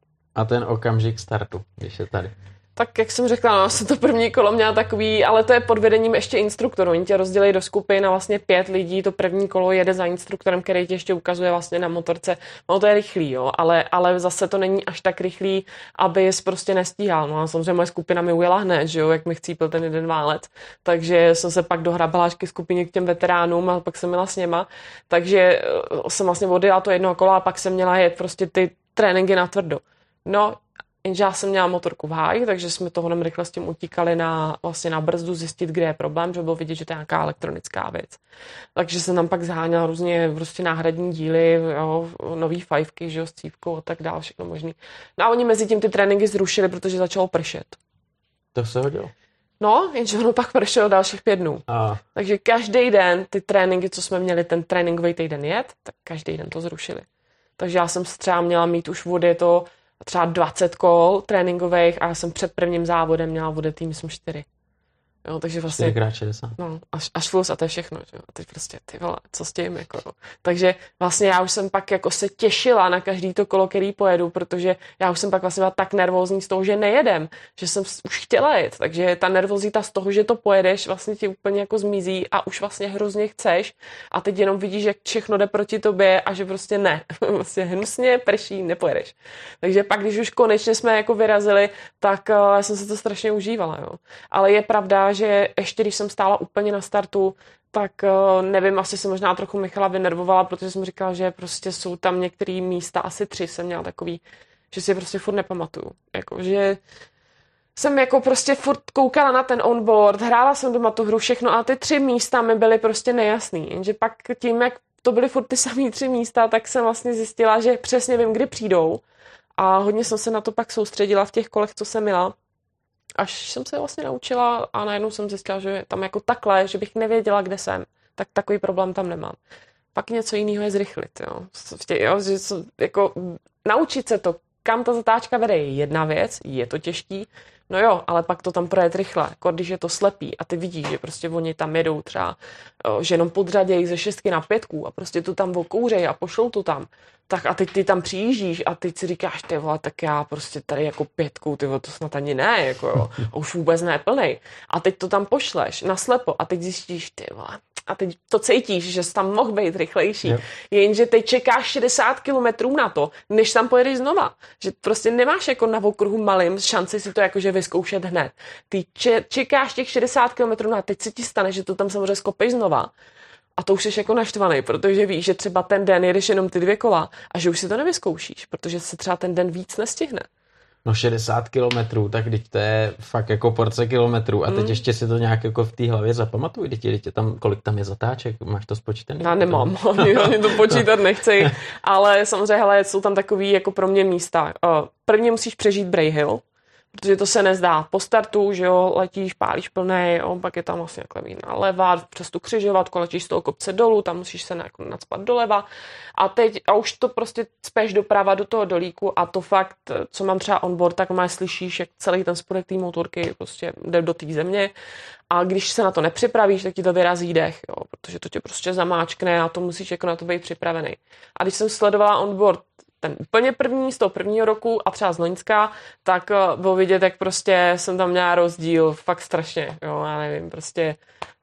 A ten okamžik startu, když je tady? Tak jak jsem řekla, no, jsem to první kolo měla takový, ale to je pod vedením ještě instruktorů. Oni tě rozdělí do skupin a vlastně 5 lidí, to první kolo jede za instruktorem, který ti ještě ukazuje vlastně na motorce. No to je rychlý, jo, ale zase to není až tak rychlý, aby jsi prostě nestíhal. No a samozřejmě moje skupina mi ujela hned, že jo, jak mi chcípil ten jeden válec. Takže jsem se pak dohrabala až ke skupině k těm veteránům a pak jsem měla s něma. Takže jsem vlastně odjela to jedno kolo a pak jsem měla jet prostě ty tréninky na tvrdo. No, jenže já jsem měla motorku v háji, takže jsme toho rychle s tím utíkali vlastně na brzdu zjistit, kde je problém, že bylo vidět, že to je nějaká elektronická věc. Takže jsem tam pak zháněla různě prostě náhradní díly, jo, nový fajfky, že jo, s cívkou a tak dále, všechno možný. No a oni mezi tím ty tréninky zrušili, protože začalo pršet. To se hodilo. No, jenže ono pak pršelo dalších 5 dnů. Takže každý den ty tréninky, co jsme měli ten tréninkový týden jet, tak každý den to zrušili. Takže já jsem třeba měla mít už vody to třeba 20 kol tréninkových a já jsem před prvním závodem měla vodetý, myslím 4. Jo, takže vlastně 4x60. No, až plus a to je všechno, že? A teď prostě, ty vole, co s tím, jako, no. Takže vlastně já už jsem pak jako se těšila na každý to kolo, který pojedu, protože já už jsem pak vlastně byla tak nervózní z toho, že nejedem, že jsem už chtěla jet, takže ta nervozita z toho, že to pojedeš, vlastně ti úplně jako zmizí a už vlastně hrozně chceš a teď jenom vidíš, jak všechno jde proti tobě a že prostě ne, vlastně hnusně prší, nepojedeš. Takže pak, když už konečně jsme jako vyrazili, tak já jsem se to strašně užívala, jo. Ale je pravda, že ještě když jsem stála úplně na startu, tak nevím, asi se možná trochu Michala vynervovala, protože jsem říkala, že prostě jsou tam některé místa, asi 3 jsem měla takový, že si je prostě furt nepamatuju. Jako, že jsem jako prostě furt koukala na ten onboard, hrála jsem doma tu hru, všechno a ty 3 místa mi byly prostě nejasný. Jenže pak tím, jak to byly furt ty samý 3 místa, tak jsem vlastně zjistila, že přesně vím, kdy přijdou a hodně jsem se na to pak soustředila v těch kolech, co jsem měla. Až jsem se vlastně naučila a najednou jsem zjistila, že tam jako takhle, že bych nevěděla, kde jsem, tak takový problém tam nemám. Pak něco jiného je zrychlit, jo. Že jako naučit se to, kam ta zatáčka vede, je jedna věc, je to těžký, no jo, ale pak to tam projet rychle, jako když je to slepý a ty vidíš, že prostě oni tam jedou třeba, že jenom podřadějí ze 6 na 5 a prostě to tam okouřejí a pošlou to tam. Tak a teď ty tam přijíždíš a teď si říkáš, ty vole, tak já prostě tady jako 5, ty vole, to snad ani ne, jako jo, a už vůbec ne plnej. A teď to tam pošleš naslepo a teď zjistíš, ty vole, a teď to cítíš, že jsi tam mohl být rychlejší. Yep. Jenže teď čekáš 60 kilometrů na to, než tam pojedeš znova. Že prostě nemáš jako na okruhu malým šanci si to jakože vyzkoušet hned. Ty čekáš těch 60 kilometrů na teď se ti stane, že to tam samozřejmě skopeš znova. A to už jsi jako naštvaný, protože víš, že třeba ten den jedeš jenom ty 2 kola a že už si to nevyzkoušíš, protože se třeba ten den víc nestihne. No 60 kilometrů, tak teď to je fakt jako porce kilometrů a teď ještě si to nějak jako v té hlavě zapamatuj, teď tam, kolik tam je zatáček, máš to spočítaný? Já nemám, ani to počítat nechci, ale samozřejmě, hele, jsou tam takový jako pro mě místa. Prvně musíš přežít Bray Hill, protože to se nezdá. Po startu, že jo, letíš, pálíš plnej, jo, pak je tam vlastně takhle naleva, přes tu křižovatku, letíš z toho kopce dolů, tam musíš se nacpat doleva a už to prostě cpeš doprava do toho dolíku a to fakt, co mám třeba onboard, tak má slyšíš, jak celý ten spodek té motorky prostě jde do té země a když se na to nepřipravíš, tak ti to vyrazí dech, jo, protože to tě prostě zamáčkne a to musíš jako na to být připravený. A když jsem sledovala onboard ten úplně první z toho prvního roku a třeba z Loňska, tak bylo vidět, jak prostě jsem tam měla rozdíl fakt strašně, jo, já nevím, prostě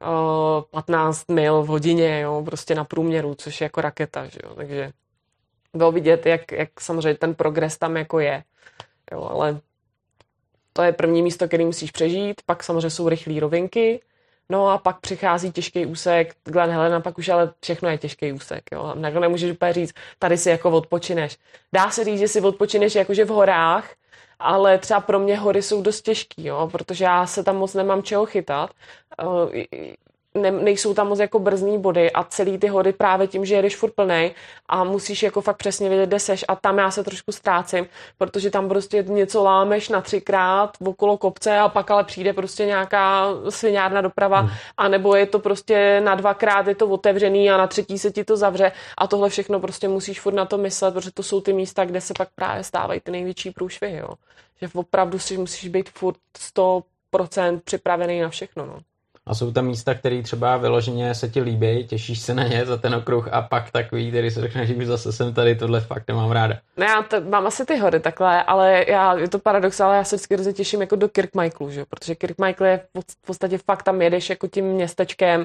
15 mil v hodině, jo, prostě na průměru, což je jako raketa, že jo, takže bylo vidět, jak samozřejmě ten progres tam jako je, jo, ale to je první místo, který musíš přežít, pak samozřejmě jsou rychlé rovinky, no a pak přichází těžký úsek, Glen Helena, pak už ale všechno je těžký úsek, jo. A nakonec nemůžeš úplně říct, tady si jako odpočineš. Dá se říct, že si odpočineš jakože v horách, ale třeba pro mě hory jsou dost těžký, jo, protože já se tam moc nemám čeho chytat. Nejsou tam moc jako brzdní body a celý ty hory právě tím, že jedeš furt plnej a musíš jako fakt přesně vědět, kde seš a tam já se trošku ztrácím, protože tam prostě něco lámeš na 3krát okolo kopce a pak ale přijde prostě nějaká sviňárna doprava a nebo je to prostě na 2krát je to otevřený a na 3. se ti to zavře a tohle všechno prostě musíš furt na to myslet, protože to jsou ty místa, kde se pak právě stávají ty největší průšvihy, jo. Že opravdu si musíš být furt 100% připravený na všechno, no. A jsou tam místa, které třeba vyloženě se ti líbí, těšíš se na ně za ten okruh a pak takový, který se řekne, že už zase jsem tady, tohle fakt nemám ráda. No já mám asi ty hory takhle, ale je to paradox, ale já se vždycky hrozně těším jako do Kirkmichaelu, že? Protože Kirkmichael je v podstatě fakt tam jedeš jako tím městečkem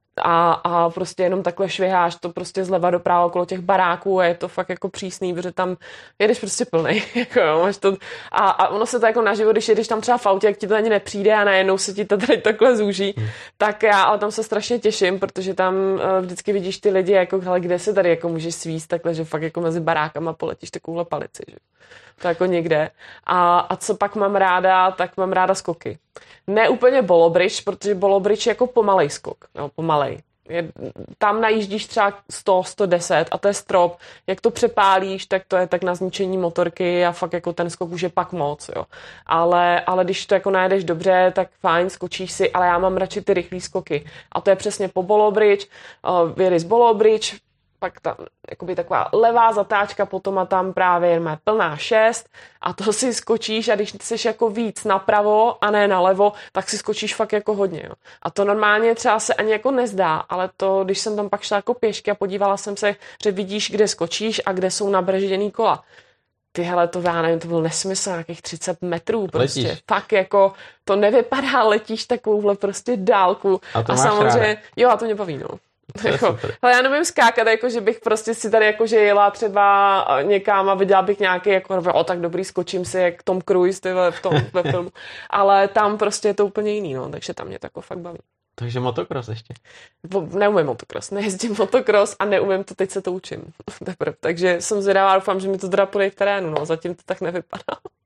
a prostě jenom takhle šviháš to prostě zleva doprava okolo těch baráků a je to fakt jako přísný, protože tam jedeš prostě plnej, jako jo, máš to a ono se to jako naživo, když jedeš tam třeba v autě, jak ti to ani nepřijde a najednou se ti to tady takhle zúží, tak já ale tam se strašně těším, protože tam vždycky vidíš ty lidi, jako hele, kde se tady jako můžeš svíst takhle, že fakt jako mezi barákama poletíš takovouhle palici, že to jako někde. A co pak mám ráda, tak mám ráda skoky. Ne úplně Bolobridge, protože Bolobridge je jako pomalej skok. No, pomalej. Tam najíždíš třeba 100, 110 a to je strop. Jak to přepálíš, tak to je tak na zničení motorky a fakt jako ten skok už je pak moc. Jo. Ale když to jako najedeš dobře, tak fajn, skočíš si, ale já mám radši ty rychlý skoky. A to je přesně po Bolobridge, vyjeli z Bolobridge, pak tam jakoby taková levá zatáčka, potom a tam právě má plná 6 a to si skočíš a když jsi jako víc napravo a ne nalevo, tak si skočíš fakt jako hodně. Jo. A to normálně třeba se ani jako nezdá, ale to, když jsem tam pak šla jako pěšky a podívala jsem se, že vidíš, kde skočíš a kde jsou nabržděný kola. Ty hele, to já nevím, to byl nesmysl, nějakých 30 metrů prostě. Letíš. Fakt jako to nevypadá, letíš takovouhle prostě dálku. A samozřejmě, ráda. Jo, a to mě baví, no. Jako, ale já nevím skákat, jako, že bych prostě si tady jako, že jela třeba někam a viděla bych nějaký, jako, tak dobrý, skočím si jak Tom Cruise ve filmu, ale tam prostě je to úplně jiný, no, takže tam mě to jako fakt baví. Takže motocross ještě? Neumím motocross, nejezdím motocross a neumím to, teď se to učím. Takže jsem zvědavá, doufám, že mi to teda půjde v terénu, no, zatím to tak nevypadá.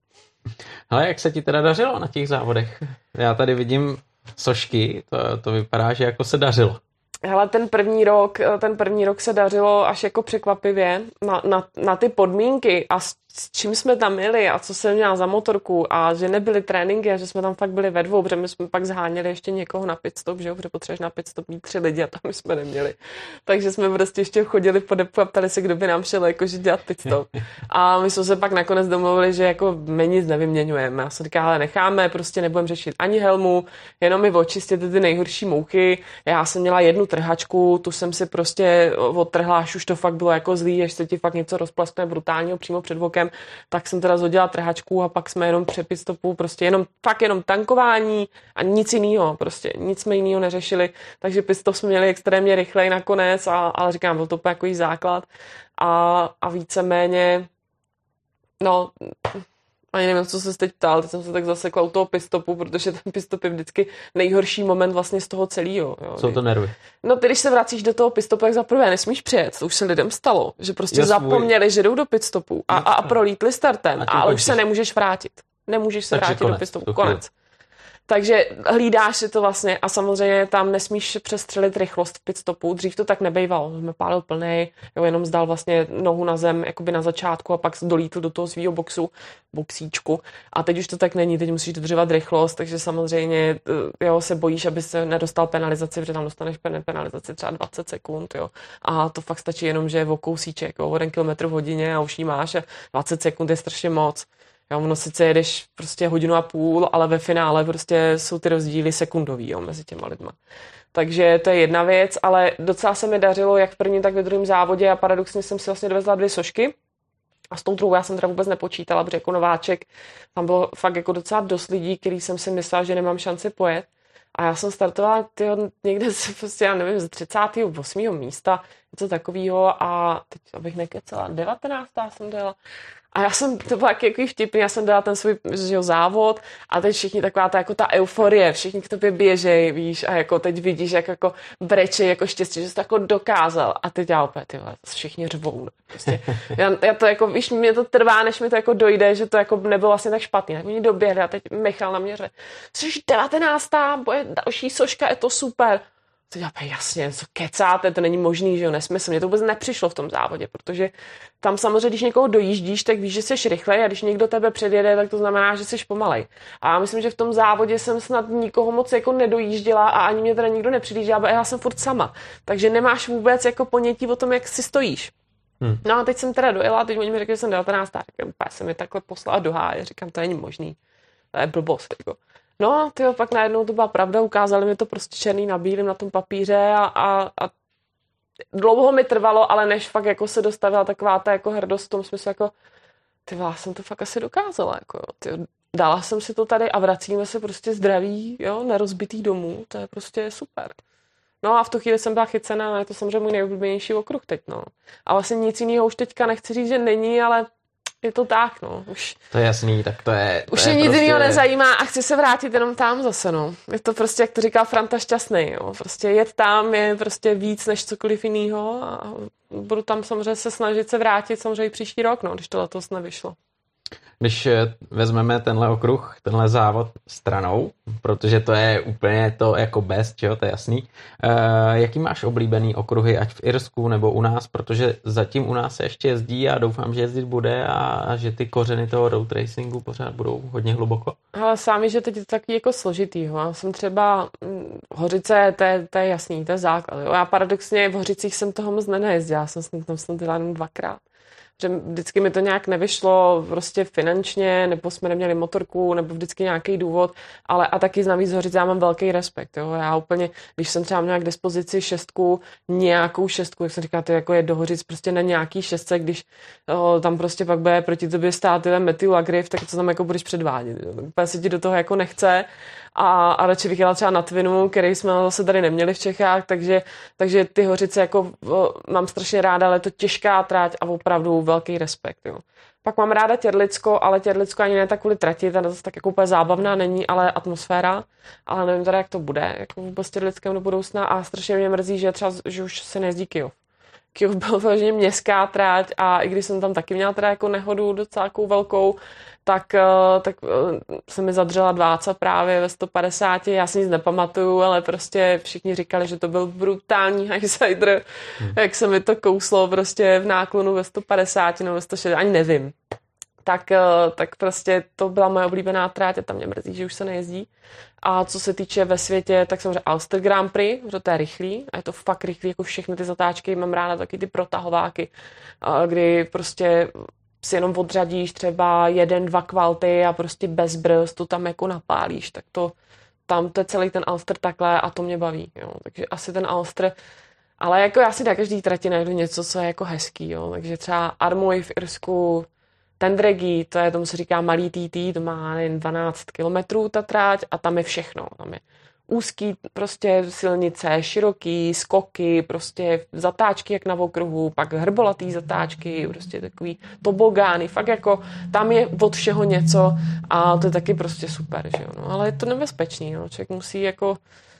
Ale jak se ti teda dařilo na těch závodech? Já tady vidím sošky, to vypadá, že jako se dařilo. Hele, ten první rok se dařilo až jako překvapivě na ty podmínky a s čím jsme tam jeli a co jsem měla za motorku a že nebyly tréninky a že jsme tam fakt byli ve dvou, protože my jsme pak zháněli ještě někoho na pitstop, že jo, protože potřebuješ na pitstop mít 3 lidi a tam my jsme neměli. Takže jsme prostě ještě chodili po depu a ptali se, kdo by nám šel jakože dělat pitstop. A my jsme se pak nakonec domluvili, že jako my nic nevyměňujeme. Já jsem říkala, ale necháme, prostě nebudeme řešit ani helmu, jenom mi očistěte ty nejhorší mouchy. Já jsem měla jednu trhačku, tu jsem si prostě odtrhla, až už to fakt bylo jako zlý, až se ti fakt něco rozplaskne brutálního přímo před vokem, tak jsem teda zhodila trhačku a pak jsme jenom při pitstopu prostě jenom tankování a nic jiného, prostě nic jsme jiného neřešili, takže pitstop jsme měli extrémně rychlej nakonec, ale říkám, byl to jako základ a víceméně no ani nevím, co se teď ptal, teď jsem se tak zasekla u toho pitstopu, protože ten pitstop je vždycky nejhorší moment vlastně z toho celého. Jsou to nervy? No ty, když se vracíš do toho pitstopu, tak za prvé nesmíš přijet, to už se lidem stalo, že prostě zapomněli, že jdou do pitstopu a prolítli startem, ale už se nemůžeš vrátit. Nemůžeš se vrátit do pitstopu, konec. Takže hlídáš si to vlastně a samozřejmě tam nesmíš přestřelit rychlost v pitstopu. Dřív to tak nebejvalo. Jsme pálil plnej, jenom zdal vlastně nohu na zem jakoby na začátku a pak dolítl do toho svýho boxíčku. A teď už to tak není, teď musíš dodržovat rychlost, takže samozřejmě se bojíš, aby se nedostal penalizaci, protože tam dostaneš penalizaci třeba 20 sekund. Jo. A to fakt stačí jenom, že je o kousíček, o 1 km v hodině a už jí máš a 20 sekund je strašně moc. Jo, ono sice jedeš prostě 1,5 hodiny, ale ve finále prostě jsou ty rozdíly sekundový mezi těma lidma. Takže to je jedna věc, ale docela se mi dařilo jak v prvním, tak ve druhém závodě a paradoxně jsem si vlastně dovezla 2 sošky. A s tou druhou já jsem teda vůbec nepočítala, protože jako nováček tam bylo fakt jako docela dost lidí, který jsem si myslela, že nemám šanci pojet. A já jsem startovala někde prostě, já nevím, z 38. místa, něco takového a teď, abych nekecela, 19. jsem dala. A já jsem, to bylo jaký vtipný, já jsem dala ten svůj závod a teď všichni taková ta, jako ta euforie, všichni k tobě běžej, víš, a jako teď vidíš, jak jako brečej, jako štěstí, že jsi to jako dokázal. A teď já opět, všichni řvou, ne? Prostě, já to jako, víš, mě to trvá, než mi to jako dojde, že to jako nebylo vlastně tak špatný. Tak mě doběhli a teď Michal na mě řekl, jsi 19. bude další soška, je to super. Teď jasně, co kecáte, to není možný, že jo, nesmysl. Mně to vůbec nepřišlo v tom závodě, protože tam samozřejmě, když někoho dojíždíš, tak víš, že jsi rychlej a když někdo tebe předjede, tak to znamená, že jsi pomalej. A já myslím, že v tom závodě jsem snad nikoho moc jako nedojížděla a ani mě teda nikdo nepřijížděl, ale já jsem furt sama. Takže nemáš vůbec jako ponětí o tom, jak si stojíš. No a teď jsem teda dojela, teď oni mi řekli, že jsem 19. Tak jsem mi takhle poslala do háje, říkám, to není možný. To je blbost, jako. No, tyjo, pak najednou to byla pravda, ukázali mi to prostě černý na bílém na tom papíře a dlouho mi trvalo, ale než fakt jako se dostavila taková ta jako hrdost v tom smyslu jako já jsem to fakt asi dokázala, jako tyjo, dala jsem si to tady a vracíme se prostě zdraví, jo, nerozbitý domů, to je prostě super. No a v tu chvíli jsem byla chycená a je to samozřejmě můj nejoblíbenější okruh teď, no. A vlastně nic jiného už teďka nechci říct, že není, ale je to tak, no. Už, to je jasný, tak to je... Už je nic prostě... jiného nezajímá a chci se vrátit jenom tam zase, no. Je to prostě, jak to říkal Franta Šťastný, jo. Prostě jet tam je prostě víc než cokoliv jiného a budu tam samozřejmě se snažit se vrátit samozřejmě příští rok, no, když to letos nevyšlo. Když vezmeme tenhle okruh, tenhle závod stranou, protože to je úplně to jako best, jo, to je jasný. Jaký máš oblíbený okruhy, ať v Irsku nebo u nás, protože zatím u nás se ještě jezdí a doufám, že jezdit bude a že ty kořeny toho road racingu pořád budou hodně hluboko. Ale sami, že teď je to taky jako složitýho. Já jsem třeba Hořice, to je jasný, to je základ. Jo. Já paradoxně v Hořicích jsem toho moc nenajezdila, jsem tam snad byla jenom 2krát. Že vždycky mi to nějak nevyšlo prostě finančně, nebo jsme neměli motorku, nebo vždycky nějaký důvod, ale a taky navíc Hořic, já mám velký respekt, jo. Já úplně, když jsem třeba měla k dispozici nějakou šestku, jak jsem říkala, to jako je do Hořic prostě na nějaký šestce, když tam prostě pak bude proti tobě stát Matthew Lagriff, tak co tam jako budeš předvádět, jo. Úplně se ti do toho jako nechce a radši bych jela třeba na Twinu, který jsme zase tady neměli v Čechách, takže ty Hořice jako mám strašně ráda, ale je to těžká trať a opravdu velký respekt, jo. Pak mám ráda Těrlicko, ale Těrlicko ani ne tak kvůli trati, ta zase tak jako úplně zábavná není, ale atmosféra, ale nevím teda, jak to bude, jako vůbec Těrlickem do budoucna a strašně mě mrzí, že už se nejezdí Kyjov. Kyjov byl vlastně městská trať a i když jsem tam taky měla teda jako nehodu docela velkou, tak se mi zadřela 20 právě ve 150, já si nic nepamatuju, ale prostě všichni říkali, že to byl brutální highsider, jak se mi to kouslo prostě v náklonu ve 150 nebo ve 160, ani nevím. tak prostě to byla moje oblíbená tráť a tam mě mrzí, že už se nejezdí. A co se týče ve světě, tak samozřejmě Ulster Grand Prix, že to je rychlý a je to fakt rychlý, jako všechny ty zatáčky, mám ráda taky ty protahováky, kdy prostě si jenom odřadíš třeba 1-2 kvalty a prostě bez brzd to tam jako napálíš, tak to tam to je celý ten Ulster takhle a to mě baví, jo. Takže asi ten Ulster, ale jako já si na každý trati najdu něco, co je jako hezký, jo. Takže třeba Armouy v Irsku, Tendragee, to je, tomu se říká malý TT, to má jen 12 kilometrů ta tráť a tam je všechno. Tam je úzký prostě silnice, široký, skoky, prostě zatáčky jak na okruhu, pak hrbolatý zatáčky, prostě takový tobogány, fakt jako tam je od všeho něco a to je taky prostě super, že jo, no, ale je to nebezpečný, no, člověk musí jako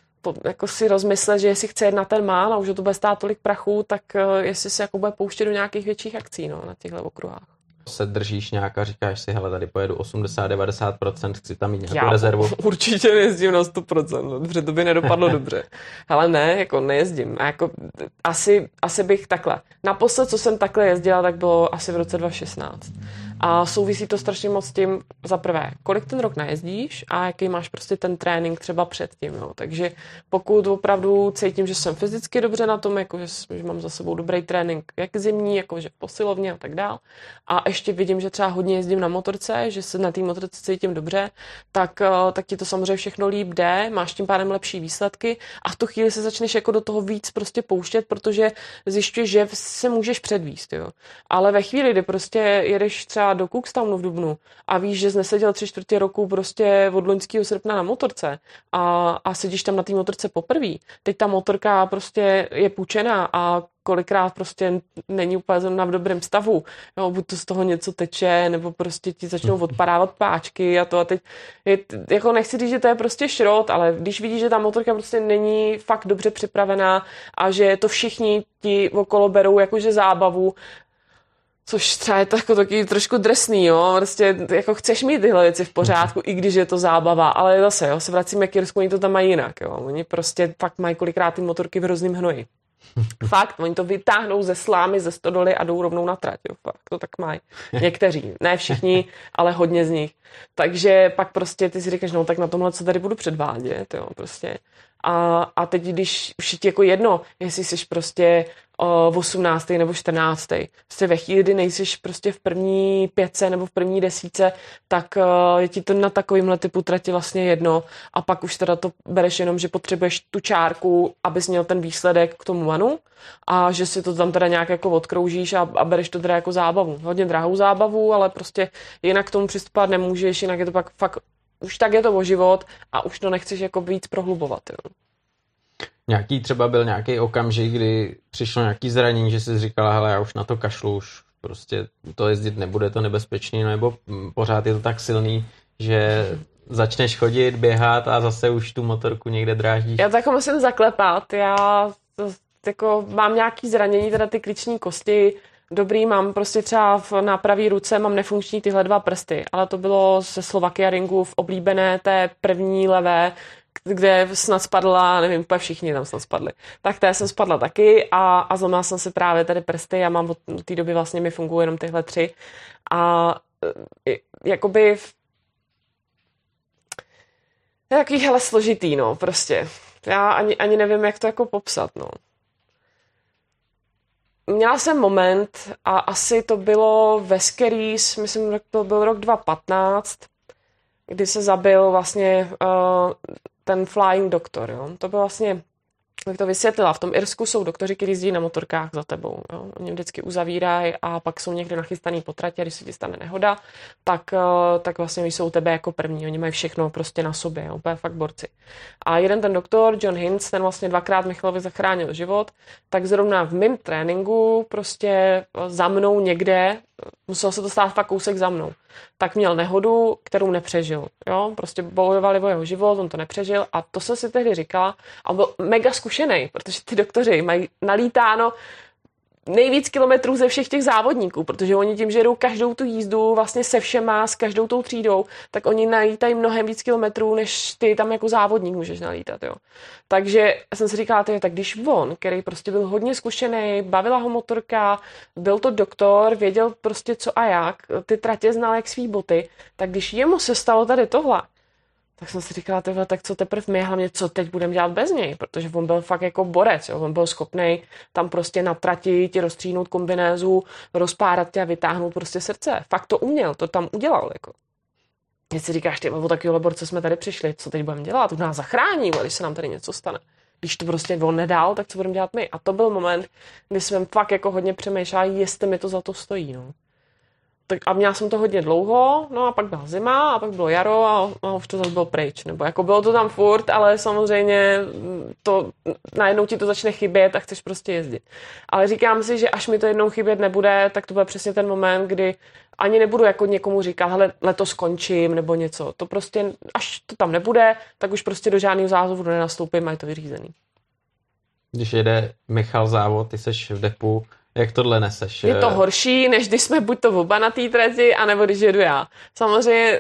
si rozmyslet, že jestli chce jet na ten mán a už to bude stát tolik prachu, tak jestli se jako bude pouštět do nějakých větších akcí, no, na těchto okruhách. Se držíš nějak a říkáš si, hele, tady pojedu 80-90%, chci tam mít nějakou rezervu. Určitě nejezdím na 100%, dobře, to by nedopadlo dobře. Hele, ne, jako nejezdím. A jako asi bych takhle. Naposled, co jsem takhle jezdila, tak bylo asi v roce 2016. A souvisí to strašně moc s tím, za prvé, kolik ten rok najezdíš a jaký máš prostě ten trénink třeba předtím. Jo. Takže pokud opravdu cítím, že jsem fyzicky dobře na tom, jako že mám za sebou dobrý trénink, jak zimní, jako že v posilovně a tak dál, a ještě vidím, že třeba hodně jezdím na motorce, že se na té motorce cítím dobře, tak ti to samozřejmě všechno líp jde, máš tím pádem lepší výsledky a v tu chvíli se začneš jako do toho víc prostě pouštět, protože zjišťuješ, že se můžeš předvíst. Jo. Ale ve chvíli, kdy prostě jedeš třeba do Cookstownu v Dubnu a víš, že jsi neseděl 3/4 roku prostě od loňského srpna na motorce a sedíš tam na té motorce poprvé. Teď ta motorka prostě je půjčená a kolikrát prostě není úplně zrovna v dobrém stavu. Jo, buď to z toho něco teče, nebo prostě ti začnou odpadávat páčky a to. A teď jako nechci říct, že to je prostě šrot, ale když vidíš, že ta motorka prostě není fakt dobře připravená a že to všichni ti okolo berou jakože zábavu, což třeba je to jako taky trošku drsný, jo, prostě jako chceš mít tyhle věci v pořádku, i když je to zábava, ale zase, jo, se vracíme k Irsku, oni to tam mají jinak, jo, oni prostě fakt mají kolikrát ty motorky v hrozným hnoji. Fakt, oni to vytáhnou ze slámy, ze stodoly a jdou rovnou na trať, jo, fakt, to tak mají. Někteří, ne všichni, ale hodně z nich. Takže pak prostě ty si říkáš, no tak na tomhle, co tady budu předvádět, jo, prostě. A teď, když už je ti jako jedno, jestli jsi prostě 18. nebo 14. Prostě ve chvíli, kdy nejsiš prostě v první 5 nebo v první 10, tak je ti to na takovýmhle typu trati vlastně jedno a pak už teda to bereš jenom, že potřebuješ tu čárku, abys měl ten výsledek k tomu manu a že si to tam teda nějak jako odkroužíš a bereš to teda jako zábavu. Hodně drahou zábavu, ale prostě jinak k tomu přistupovat nemůžeš, jinak je to pak fakt, už tak je to o život a už to nechceš jako víc prohlubovat. Jo. Třeba byl nějaký okamžik, kdy přišlo nějaký zranění, že jsi říkala, hele, já už na to kašlu, už prostě to jezdit nebude, to nebezpečný, nebo pořád je to tak silný, že začneš chodit, běhat a zase už tu motorku někde dráždíš. Já to jako musím zaklepat, já jako mám nějaký zranění, teda ty klíční kosti, dobrý, mám prostě třeba na pravý ruce mám nefunkční tyhle 2 prsty, ale to bylo ze Slovakia ringu v oblíbené té první levé, kde snad spadla, nevím, úplně všichni tam snad spadli. Tak té jsem spadla taky a zlomila jsem si právě tady prsty a mám od té doby vlastně mi fungují jenom tyhle 3. A jakoby je takový hele složitý, no, prostě. Já ani nevím, jak to jako popsat, no. Měla jsem moment a asi to bylo ve Skerries, myslím, to byl rok 2015, kdy se zabil vlastně ten Flying Doctor, jo. To byl vlastně, jak to vysvětlila, v tom Irsku jsou doktoři, kteří jezdí na motorkách za tebou, jo. Oni vždycky uzavírají a pak jsou někde nachystaný po trati a když se ti stane nehoda, tak vlastně oni jsou u tebe jako první, oni mají všechno prostě na sobě, jo. Úplně fakt borci. A jeden ten doktor, John Hintz, ten vlastně 2krát Michalovi zachránil život, tak zrovna v mém tréninku prostě za mnou někde, musel se to stát fakt kousek za mnou, tak měl nehodu, kterou nepřežil. Jo? Prostě bojovali o jeho život, on to nepřežil a to jsem si tehdy říkala a on byl mega zkušený, protože ty doktoři mají nalítáno nejvíc kilometrů ze všech těch závodníků, protože oni tím, že jdou každou tu jízdu vlastně se všema, s každou tou třídou, tak oni nalítají mnohem víc kilometrů, než ty tam jako závodník můžeš nalítat, jo. Takže jsem si říkala, tak když on, který prostě byl hodně zkušený, bavila ho motorka, byl to doktor, věděl prostě co a jak, ty tratě znal jak svý boty, tak když jemu se stalo tady tohle, tak jsem si říkala, tak co teprve my, hlavně co teď budeme dělat bez něj, protože on byl fakt jako borec, jo? On byl schopný tam prostě na trati ti rozstříhnout kombinézu, rozpárat tě a vytáhnout prostě srdce. Fakt to uměl, to tam udělal, jako. Když si říkáš, ty o takovýhle borce jsme tady přišli, co teď budeme dělat, to nás zachrání, když se nám tady něco stane. Když to prostě on nedal, tak co budeme dělat my? A to byl moment, kdy jsem fakt jako hodně přemýšlela, jestli mi to za to stojí, no. Tak a měla jsem to hodně dlouho, no a pak byla zima a pak bylo jaro a už to zase bylo pryč. Nebo jako bylo to tam furt, ale samozřejmě to najednou ti to začne chybět a chceš prostě jezdit. Ale říkám si, že až mi to jednou chybět nebude, tak to bude přesně ten moment, kdy ani nebudu jako někomu říkat, hele, letos skončím nebo něco. To prostě, až to tam nebude, tak už prostě do žádného závodu nenastoupím, mají to vyřízený. Když jede Michal závod, ty seš v depu, jak tohle neseš? Je to horší, než když jsme buď to oba na té trati, anebo když jedu já. Samozřejmě,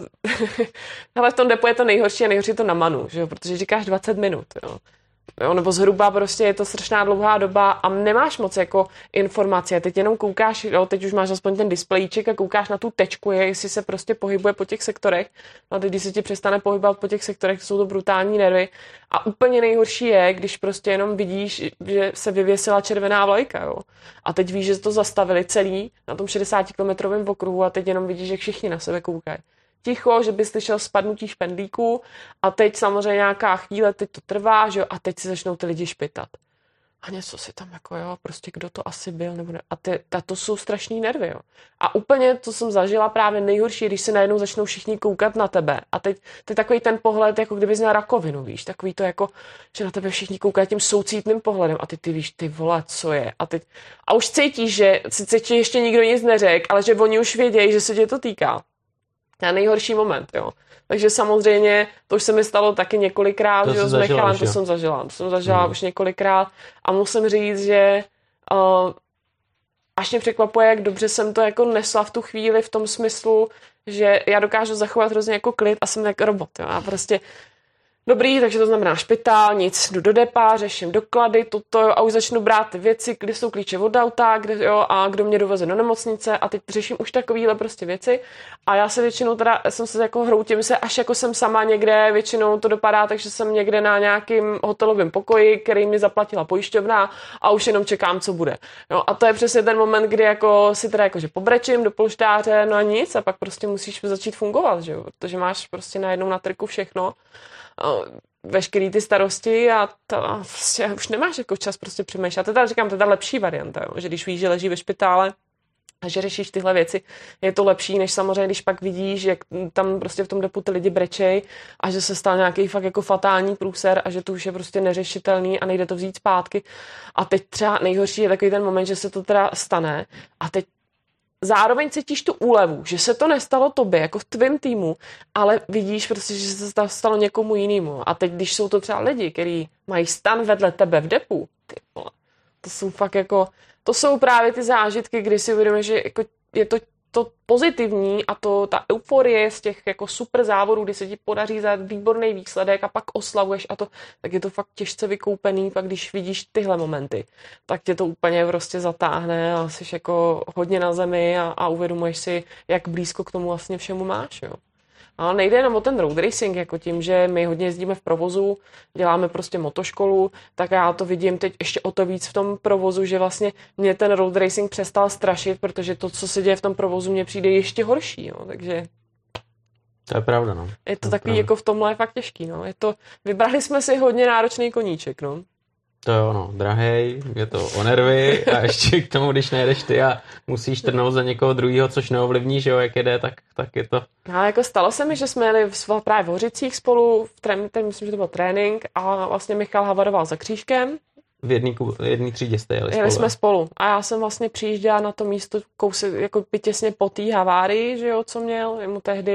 ale v tom depu je to nejhorší a nejhorší je to na manu, že jo? Protože říkáš 20 minut. Jo, nebo zhruba prostě je to strašná dlouhá doba a nemáš moc jako informace. Teď jenom koukáš, jo, teď už máš aspoň ten displejíček a koukáš na tu tečku, jestli se prostě pohybuje po těch sektorech. No a teď, když se ti přestane pohybovat po těch sektorech, to jsou to brutální nervy. A úplně nejhorší je, když prostě jenom vidíš, že se vyvěsila červená vlajka, jo. A teď víš, že to zastavili celý na tom 60-kilometrovém okruhu a teď jenom vidíš, že všichni na sebe koukají. Ticho, že bys slyšel spadnutí špendlíků a teď samozřejmě nějaká chvíle, teď to trvá, že jo, a teď si začnou ty lidi špitat. A něco si tam jako, jo, prostě kdo to asi byl, nebo ne. A to jsou strašný nervy, jo. A úplně to jsem zažila právě nejhorší, když se najednou začnou všichni koukat na tebe. A teď takový ten pohled, jako kdybys měl rakovinu, víš, takový to jako, že na tebe všichni koukají tím soucítným pohledem a ty víš, ty vole, co je. A už cítíš, že sice ti ještě nikdo nic neřekl, ale že oni už vědějí, že se tě to týká. To je nejhorší moment, jo. Takže samozřejmě, to už se mi stalo taky několikrát, že s Michalem, to jsem zažila už několikrát a musím říct, že až mě překvapuje, jak dobře jsem to jako nesla v tu chvíli v tom smyslu, že já dokážu zachovat hrozně jako klid a jsem jako robot, jo. A prostě dobrý, takže to znamená špitál, nic, jdu do depa, řeším doklady, a už začnu brát ty věci, kde jsou klíče od auta, a kdo mě doveze do nemocnice a teď řeším už takovýhle prostě věci a já se většinou jsem se jako hroutím se, až jako jsem sama někde, většinou to dopadá, takže jsem někde na nějakým hotelovém pokoji, který mi zaplatila pojišťovna a už jenom čekám, co bude. No a to je přesně ten moment, kdy jako si teda jakože pobrečím do polštáře, no a nic a pak prostě musíš začít fungovat, že jo, protože máš prostě najednou na trku všechno. Veškerý ty starosti a prostě už nemáš jako čas prostě přemýšlet. Teda říkám, to je ta lepší varianta, jo? Že když víš, že leží ve špitále a že řešíš tyhle věci, je to lepší, než samozřejmě, když pak vidíš, jak tam prostě v tom depu ty lidi brečej a že se stal nějaký fakt jako fatální průser a že to už je prostě neřešitelný a nejde to vzít zpátky. A teď třeba nejhorší je takový ten moment, že se to teda stane a teď zároveň cítíš tu úlevu, že se to nestalo tobě, jako v tvém týmu, ale vidíš prostě, že se to stalo někomu jinému. A teď, když jsou to třeba lidi, kteří mají stan vedle tebe v depu, ty vole, to jsou fakt jako, to jsou právě ty zážitky, kdy si uvědomíš, že jako je to pozitivní a ta euforie z těch jako super závodů, kdy se ti podaří za výborný výsledek a pak oslavuješ a to, tak je to fakt těžce vykoupený, pak když vidíš tyhle momenty, tak tě to úplně prostě zatáhne a jsi jako hodně na zemi a uvědomuješ si, jak blízko k tomu vlastně všemu máš, jo. Ale nejde jenom o ten road racing, jako tím, že my hodně jezdíme v provozu, děláme prostě motoškolu, tak já to vidím teď ještě o to víc v tom provozu, že vlastně mě ten road racing přestal strašit, protože to, co se děje v tom provozu, mně přijde ještě horší, jo, takže... To je pravda, no. Je to takový, jako v tomhle je fakt těžký, no. Vybrali jsme si hodně náročný koníček, no. To jo, no, drahej, je to o nervy a ještě k tomu, když nejedeš ty a musíš trnout za někoho druhýho, což neovlivní, že jo, jak jede, tak je to... No, jako stalo se mi, že jsme jeli právě v Hořicích spolu, myslím, že to byl trénink a vlastně Michal havaroval za křížkem. V jedné třídě jste jeli spolu. Jeli jsme spolu a já jsem vlastně přijížděla na to místo kousek, jako těsně po té havárii, že jo, co měl, mu tehdy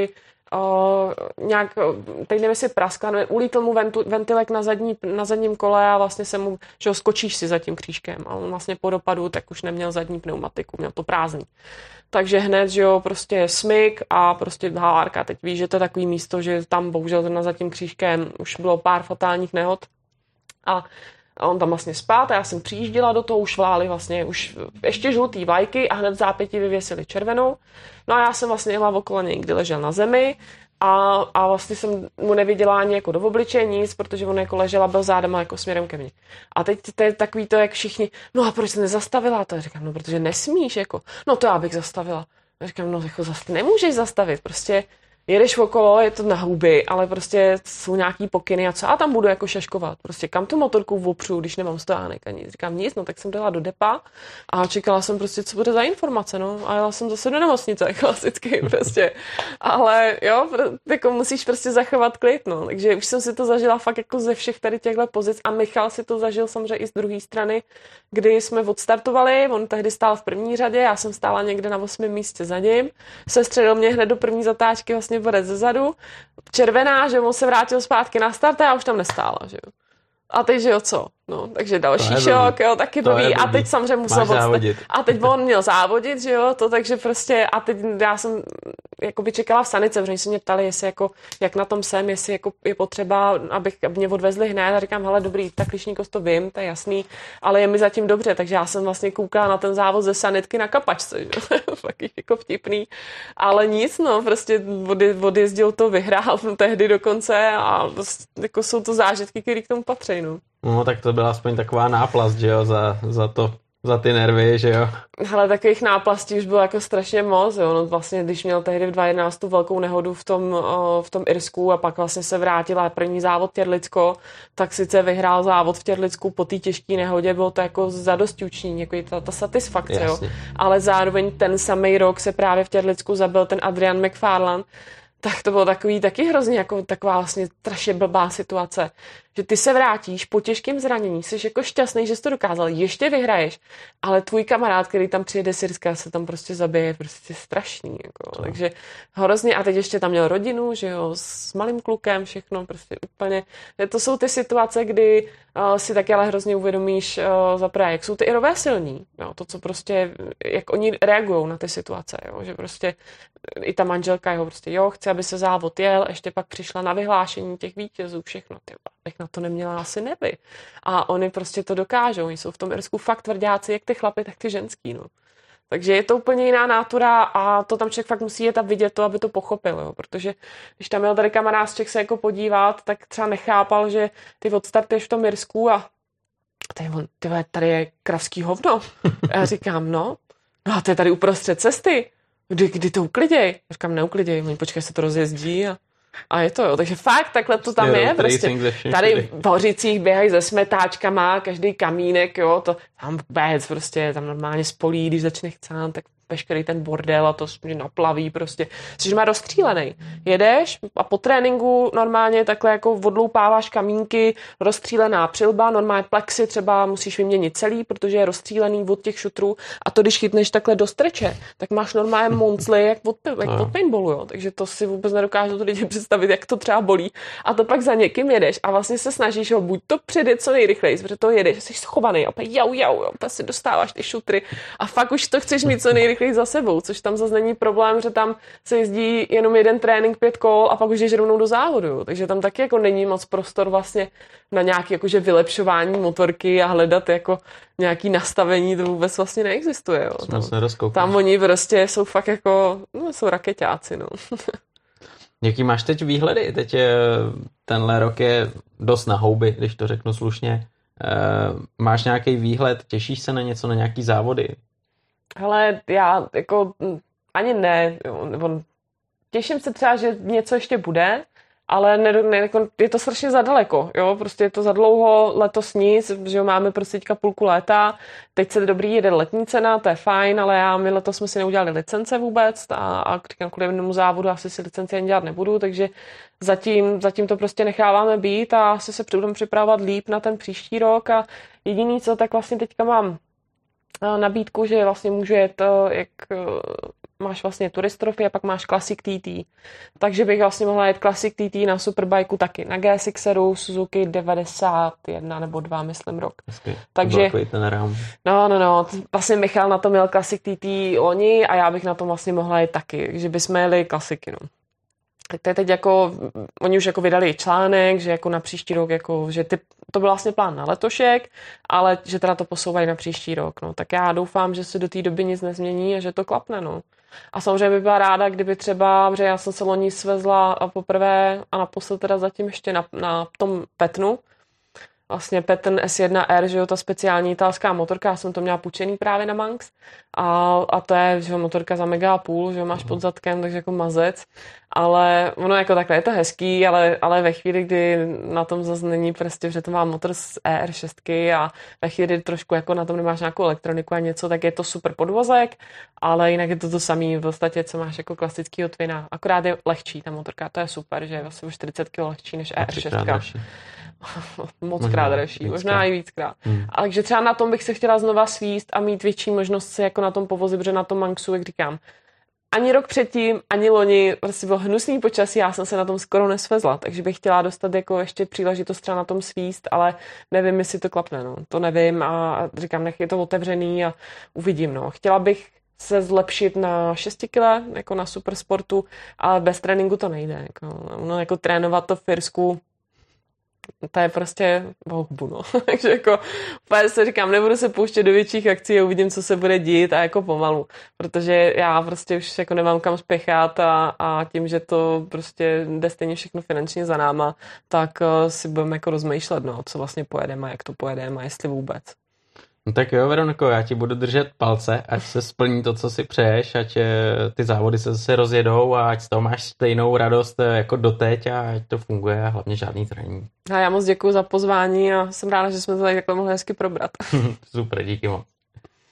nějak, teď nevím, jestli praskla, ulítl mu ventilek na zadním kole a vlastně se mu, že ho skočíš si za tím křížkem a on vlastně po dopadu tak už neměl zadní pneumatiku, měl to prázdný. Takže hned, že jo, prostě smyk a prostě hálárka. Teď víš, že to je takový místo, že tam bohužel za tím křížkem už bylo pár fatálních nehod a on tam vlastně spát a já jsem přijížděla do toho, už vláli vlastně už ještě žlutý vlajky a hned v zápětí vyvěsili červenou. No a já jsem vlastně jela okolo něj, kdy ležel na zemi a vlastně jsem mu neviděla ani jako do obličeje nic, protože on jako ležel a byl zádem jako směrem ke mně. A teď to je takový to, jak všichni, no a proč jsi nezastavila? To já říkám, no protože nesmíš, jako, no to já bych zastavila. Já říkám, no jako nemůžeš zastavit, prostě jedeš okolo, je to na huby, ale prostě jsou nějaký pokyny a co a tam budu jako šaškovat. Prostě kam tu motorku opřu, když nemám stojánek ani. Říkám nic, no tak jsem dala do depa a čekala jsem prostě, co bude za informace, no. A jela jsem zase do nemocnice, klasicky prostě. Ale jo, jako musíš prostě zachovat klid, no. Takže už jsem si to zažila fakt jako ze všech tady těchto pozic a Michal si to zažil samozřejmě i z druhé strany, kdy jsme odstartovali, on tehdy stál v první řadě, já jsem stála někde na 8. místě za ním, sestřelil mě hned do první zatáčky vlastně bude zezadu, červená, že on se vrátil zpátky na start a já už tam nestála, že jo. A teď, že jo, co? No, takže další šok, jo, taky blbý. A teď samozřejmě musel závodit. A teď on měl závodit, že jo, to takže prostě, a teď já jsem jakoby čekala v sanice, protože se mě ptali, jestli jako, jak na tom jsem, jestli jako je potřeba, aby mě odvezli hned a říkám, hele, dobrý, tak klišníkost to vím, to je jasný, ale je mi zatím dobře, takže já jsem vlastně koukala na ten závod ze sanitky na kapačce, že jo, fakt jako vtipný, ale nic, no, prostě odjezdil to, vyhrál tehdy dokonce a prostě, jako jsou to zážitky, které k tomu patří, no. No, tak to byla aspoň taková náplast, že jo, za ty nervy, že jo. Hele, takových náplastí už bylo jako strašně moc, jo. No vlastně, když měl tehdy v 2011 tu velkou nehodu v tom Irsku a pak vlastně se vrátila první závod Těrlicko, tak sice vyhrál závod v Těrlicku po té těžké nehodě, bylo to jako zadostiučinění, jako ta satisfakce, jo. Ale zároveň ten samý rok se právě v Těrlicku zabil ten Adrian McFarlane, tak to bylo takový taky hrozně jako taková vlastně strašně blbá situace, že ty se vrátíš po těžkém zranění, jsi jako šťastný, že jsi to dokázal, ještě vyhraješ, ale tvůj kamarád, který tam přijede z Irska, se tam prostě zabije, prostě strašný, jako, takže hrozně, a teď ještě tam měl rodinu, že jo, s malým klukem, všechno, prostě úplně, to jsou ty situace, kdy si taky ale hrozně uvědomíš zaprvé, jak jsou ty Irové silní, jo, to, co prostě, jak oni reagují na ty situace, jo, že prostě i ta manželka jeho prostě, jo, chce, aby se závod jel, ještě pak přišla na vyhlášení těch vítězů, všechno, bych na to neměla asi nervy. A oni prostě to dokážou, oni jsou v tom Irsku fakt tvrdáci, jak ty chlapy, tak ty ženský, no. Takže je to úplně jiná nátura a to tam člověk fakt musí jet a vidět to, aby to pochopil, jo. Protože když tam měl tady kamarád z Čech se jako podívat, tak třeba nechápal, že ty odstartuješ v tom Irsku a tady je kravský hovno. A já říkám, no a to je tady uprostřed cesty. Kdy to ukliděj? Říkám, neukliděj, počkej, se to rozjezdí a je to, jo. Takže fakt takhle to tam je. Prostě tady v Hořicích běhají se smetáčkama, každý kamínek, jo, to tam vůbec prostě, tam normálně spolí, když začne chcát, tak veškerý ten bordel a to naplaví prostě. Což má rozstřílený. Jedeš a po tréninku normálně takhle jako odloupáváš kamínky, rozstřílená přilba, normálně plexy třeba musíš vyměnit celý, protože je rozstřílený od těch šutrů a to, když chytneš takhle do streče, tak máš normálně moncly jak od paintballu, jo. Takže to si vůbec nedokážu to lidi představit, jak to třeba bolí. A to pak za někým jedeš a vlastně se snažíš ho buď to předjet co nejrychleji, protože to jedeš, jsi schovaný a pak si dostáváš ty šutry a fakt už to chceš mít co nejrychleji za sebou, což tam zase není problém, že tam se jezdí jenom jeden trénink 5 kol a pak už jdeš rovnou do závodu. Takže tam taky jako není moc prostor vlastně na nějaké jakože vylepšování motorky a hledat jako nějaký nastavení, to vůbec vlastně neexistuje. Jo. Tam oni prostě jsou fakt jako, no, jsou rakeťáci, no. Jaký máš teď výhledy? Teď tenhle rok je dost na houby, když to řeknu slušně. Máš nějaký výhled, těšíš se na něco, na nějaký závody? Hele, já jako ani ne, těším se třeba, že něco ještě bude, ale je to strašně zadaleko, jo, prostě je to za dlouho, letos nic, že jo, máme prostě teďka půlku léta, teď se dobrý jede letní cena, to je fajn, ale my letos jsme si neudělali licence vůbec a kvůli jednomu závodu asi si licenci ani dělat nebudu, takže zatím to prostě necháváme být a asi se budeme připravovat líp na ten příští rok a jediný co, tak vlastně teďka mám nabídku, že vlastně můžu jet jak máš vlastně turistrofy a pak máš Classic TT. Takže bych vlastně mohla jet Classic TT na Superbikeu taky. Na GSX-eru Suzuki 91 nebo 2, myslím, rok. Hezky. Takže ten rám. No. Vlastně Michal na to měl Classic TT loni a já bych na tom vlastně mohla jít taky. Že bychom jeli klasiky, no. Tak to je teď jako, oni už jako vydali článek, že jako na příští rok, jako, že to byl vlastně plán na letošek, ale že teda to posouvají na příští rok, no. Tak já doufám, že se do té doby nic nezmění a že to klapne, no. A samozřejmě bych byla ráda, kdyby třeba, že já jsem se loni svezla poprvé a naposled teda zatím ještě na tom Petnu, vlastně Petn S1R, že jo, ta speciální italská motorka, já jsem to měla půjčený právě na Manx a to je, že jo, motorka za mega a půl, že jo, máš pod zadkem, takže jako mazec, ale ono jako takhle je to hezký, ale ve chvíli, kdy na tom zase není prostě, že to má motor z ER6 a ve chvíli, kdy trošku jako na tom nemáš nějakou elektroniku a něco, tak je to super podvozek, ale jinak je to samý v podstatě, co máš jako klasický Twina, akorát je lehčí ta motorka, to je super, že je vlastně o 40 kg lehčí než ER6. Mockrát dražší, možná i víckrát. Ale takže třeba na tom bych se chtěla znova svíst a mít větší možnost se jako na tom povozit, protože na tom Manxu, jak říkám, ani rok předtím, ani loni, prostě bylo hnusný počasí, já jsem se na tom skoro nesvezla, takže bych chtěla dostat jako ještě příležitost třeba na tom svíst, ale nevím, jestli to klapne, no. To nevím a říkám, nech je to otevřený a uvidím, no. Chtěla bych se zlepšit na 6 kg, jako na supersportu, ale bez tréninku to nejde, jako trénovat to v Firsku, to je prostě bohbu, no. Takže jako úplně se říkám, nebudu se pouštět do větších akcí a uvidím, co se bude dít a jako pomalu, protože já prostě už jako nemám kam spěchat a tím, že to prostě jde stejně všechno finančně za náma, tak si budeme jako rozmýšlet, no, co vlastně pojedeme a jak to pojedeme a jestli vůbec. No tak jo, Veroniko, já ti budu držet palce, ať se splní to, co si přeješ, ať ty závody se zase rozjedou a ať z toho máš stejnou radost jako doteď a ať to funguje a hlavně žádný zranění. A já moc děkuji za pozvání a jsem ráda, že jsme to tady takhle mohli hezky probrat. Super, díky moc.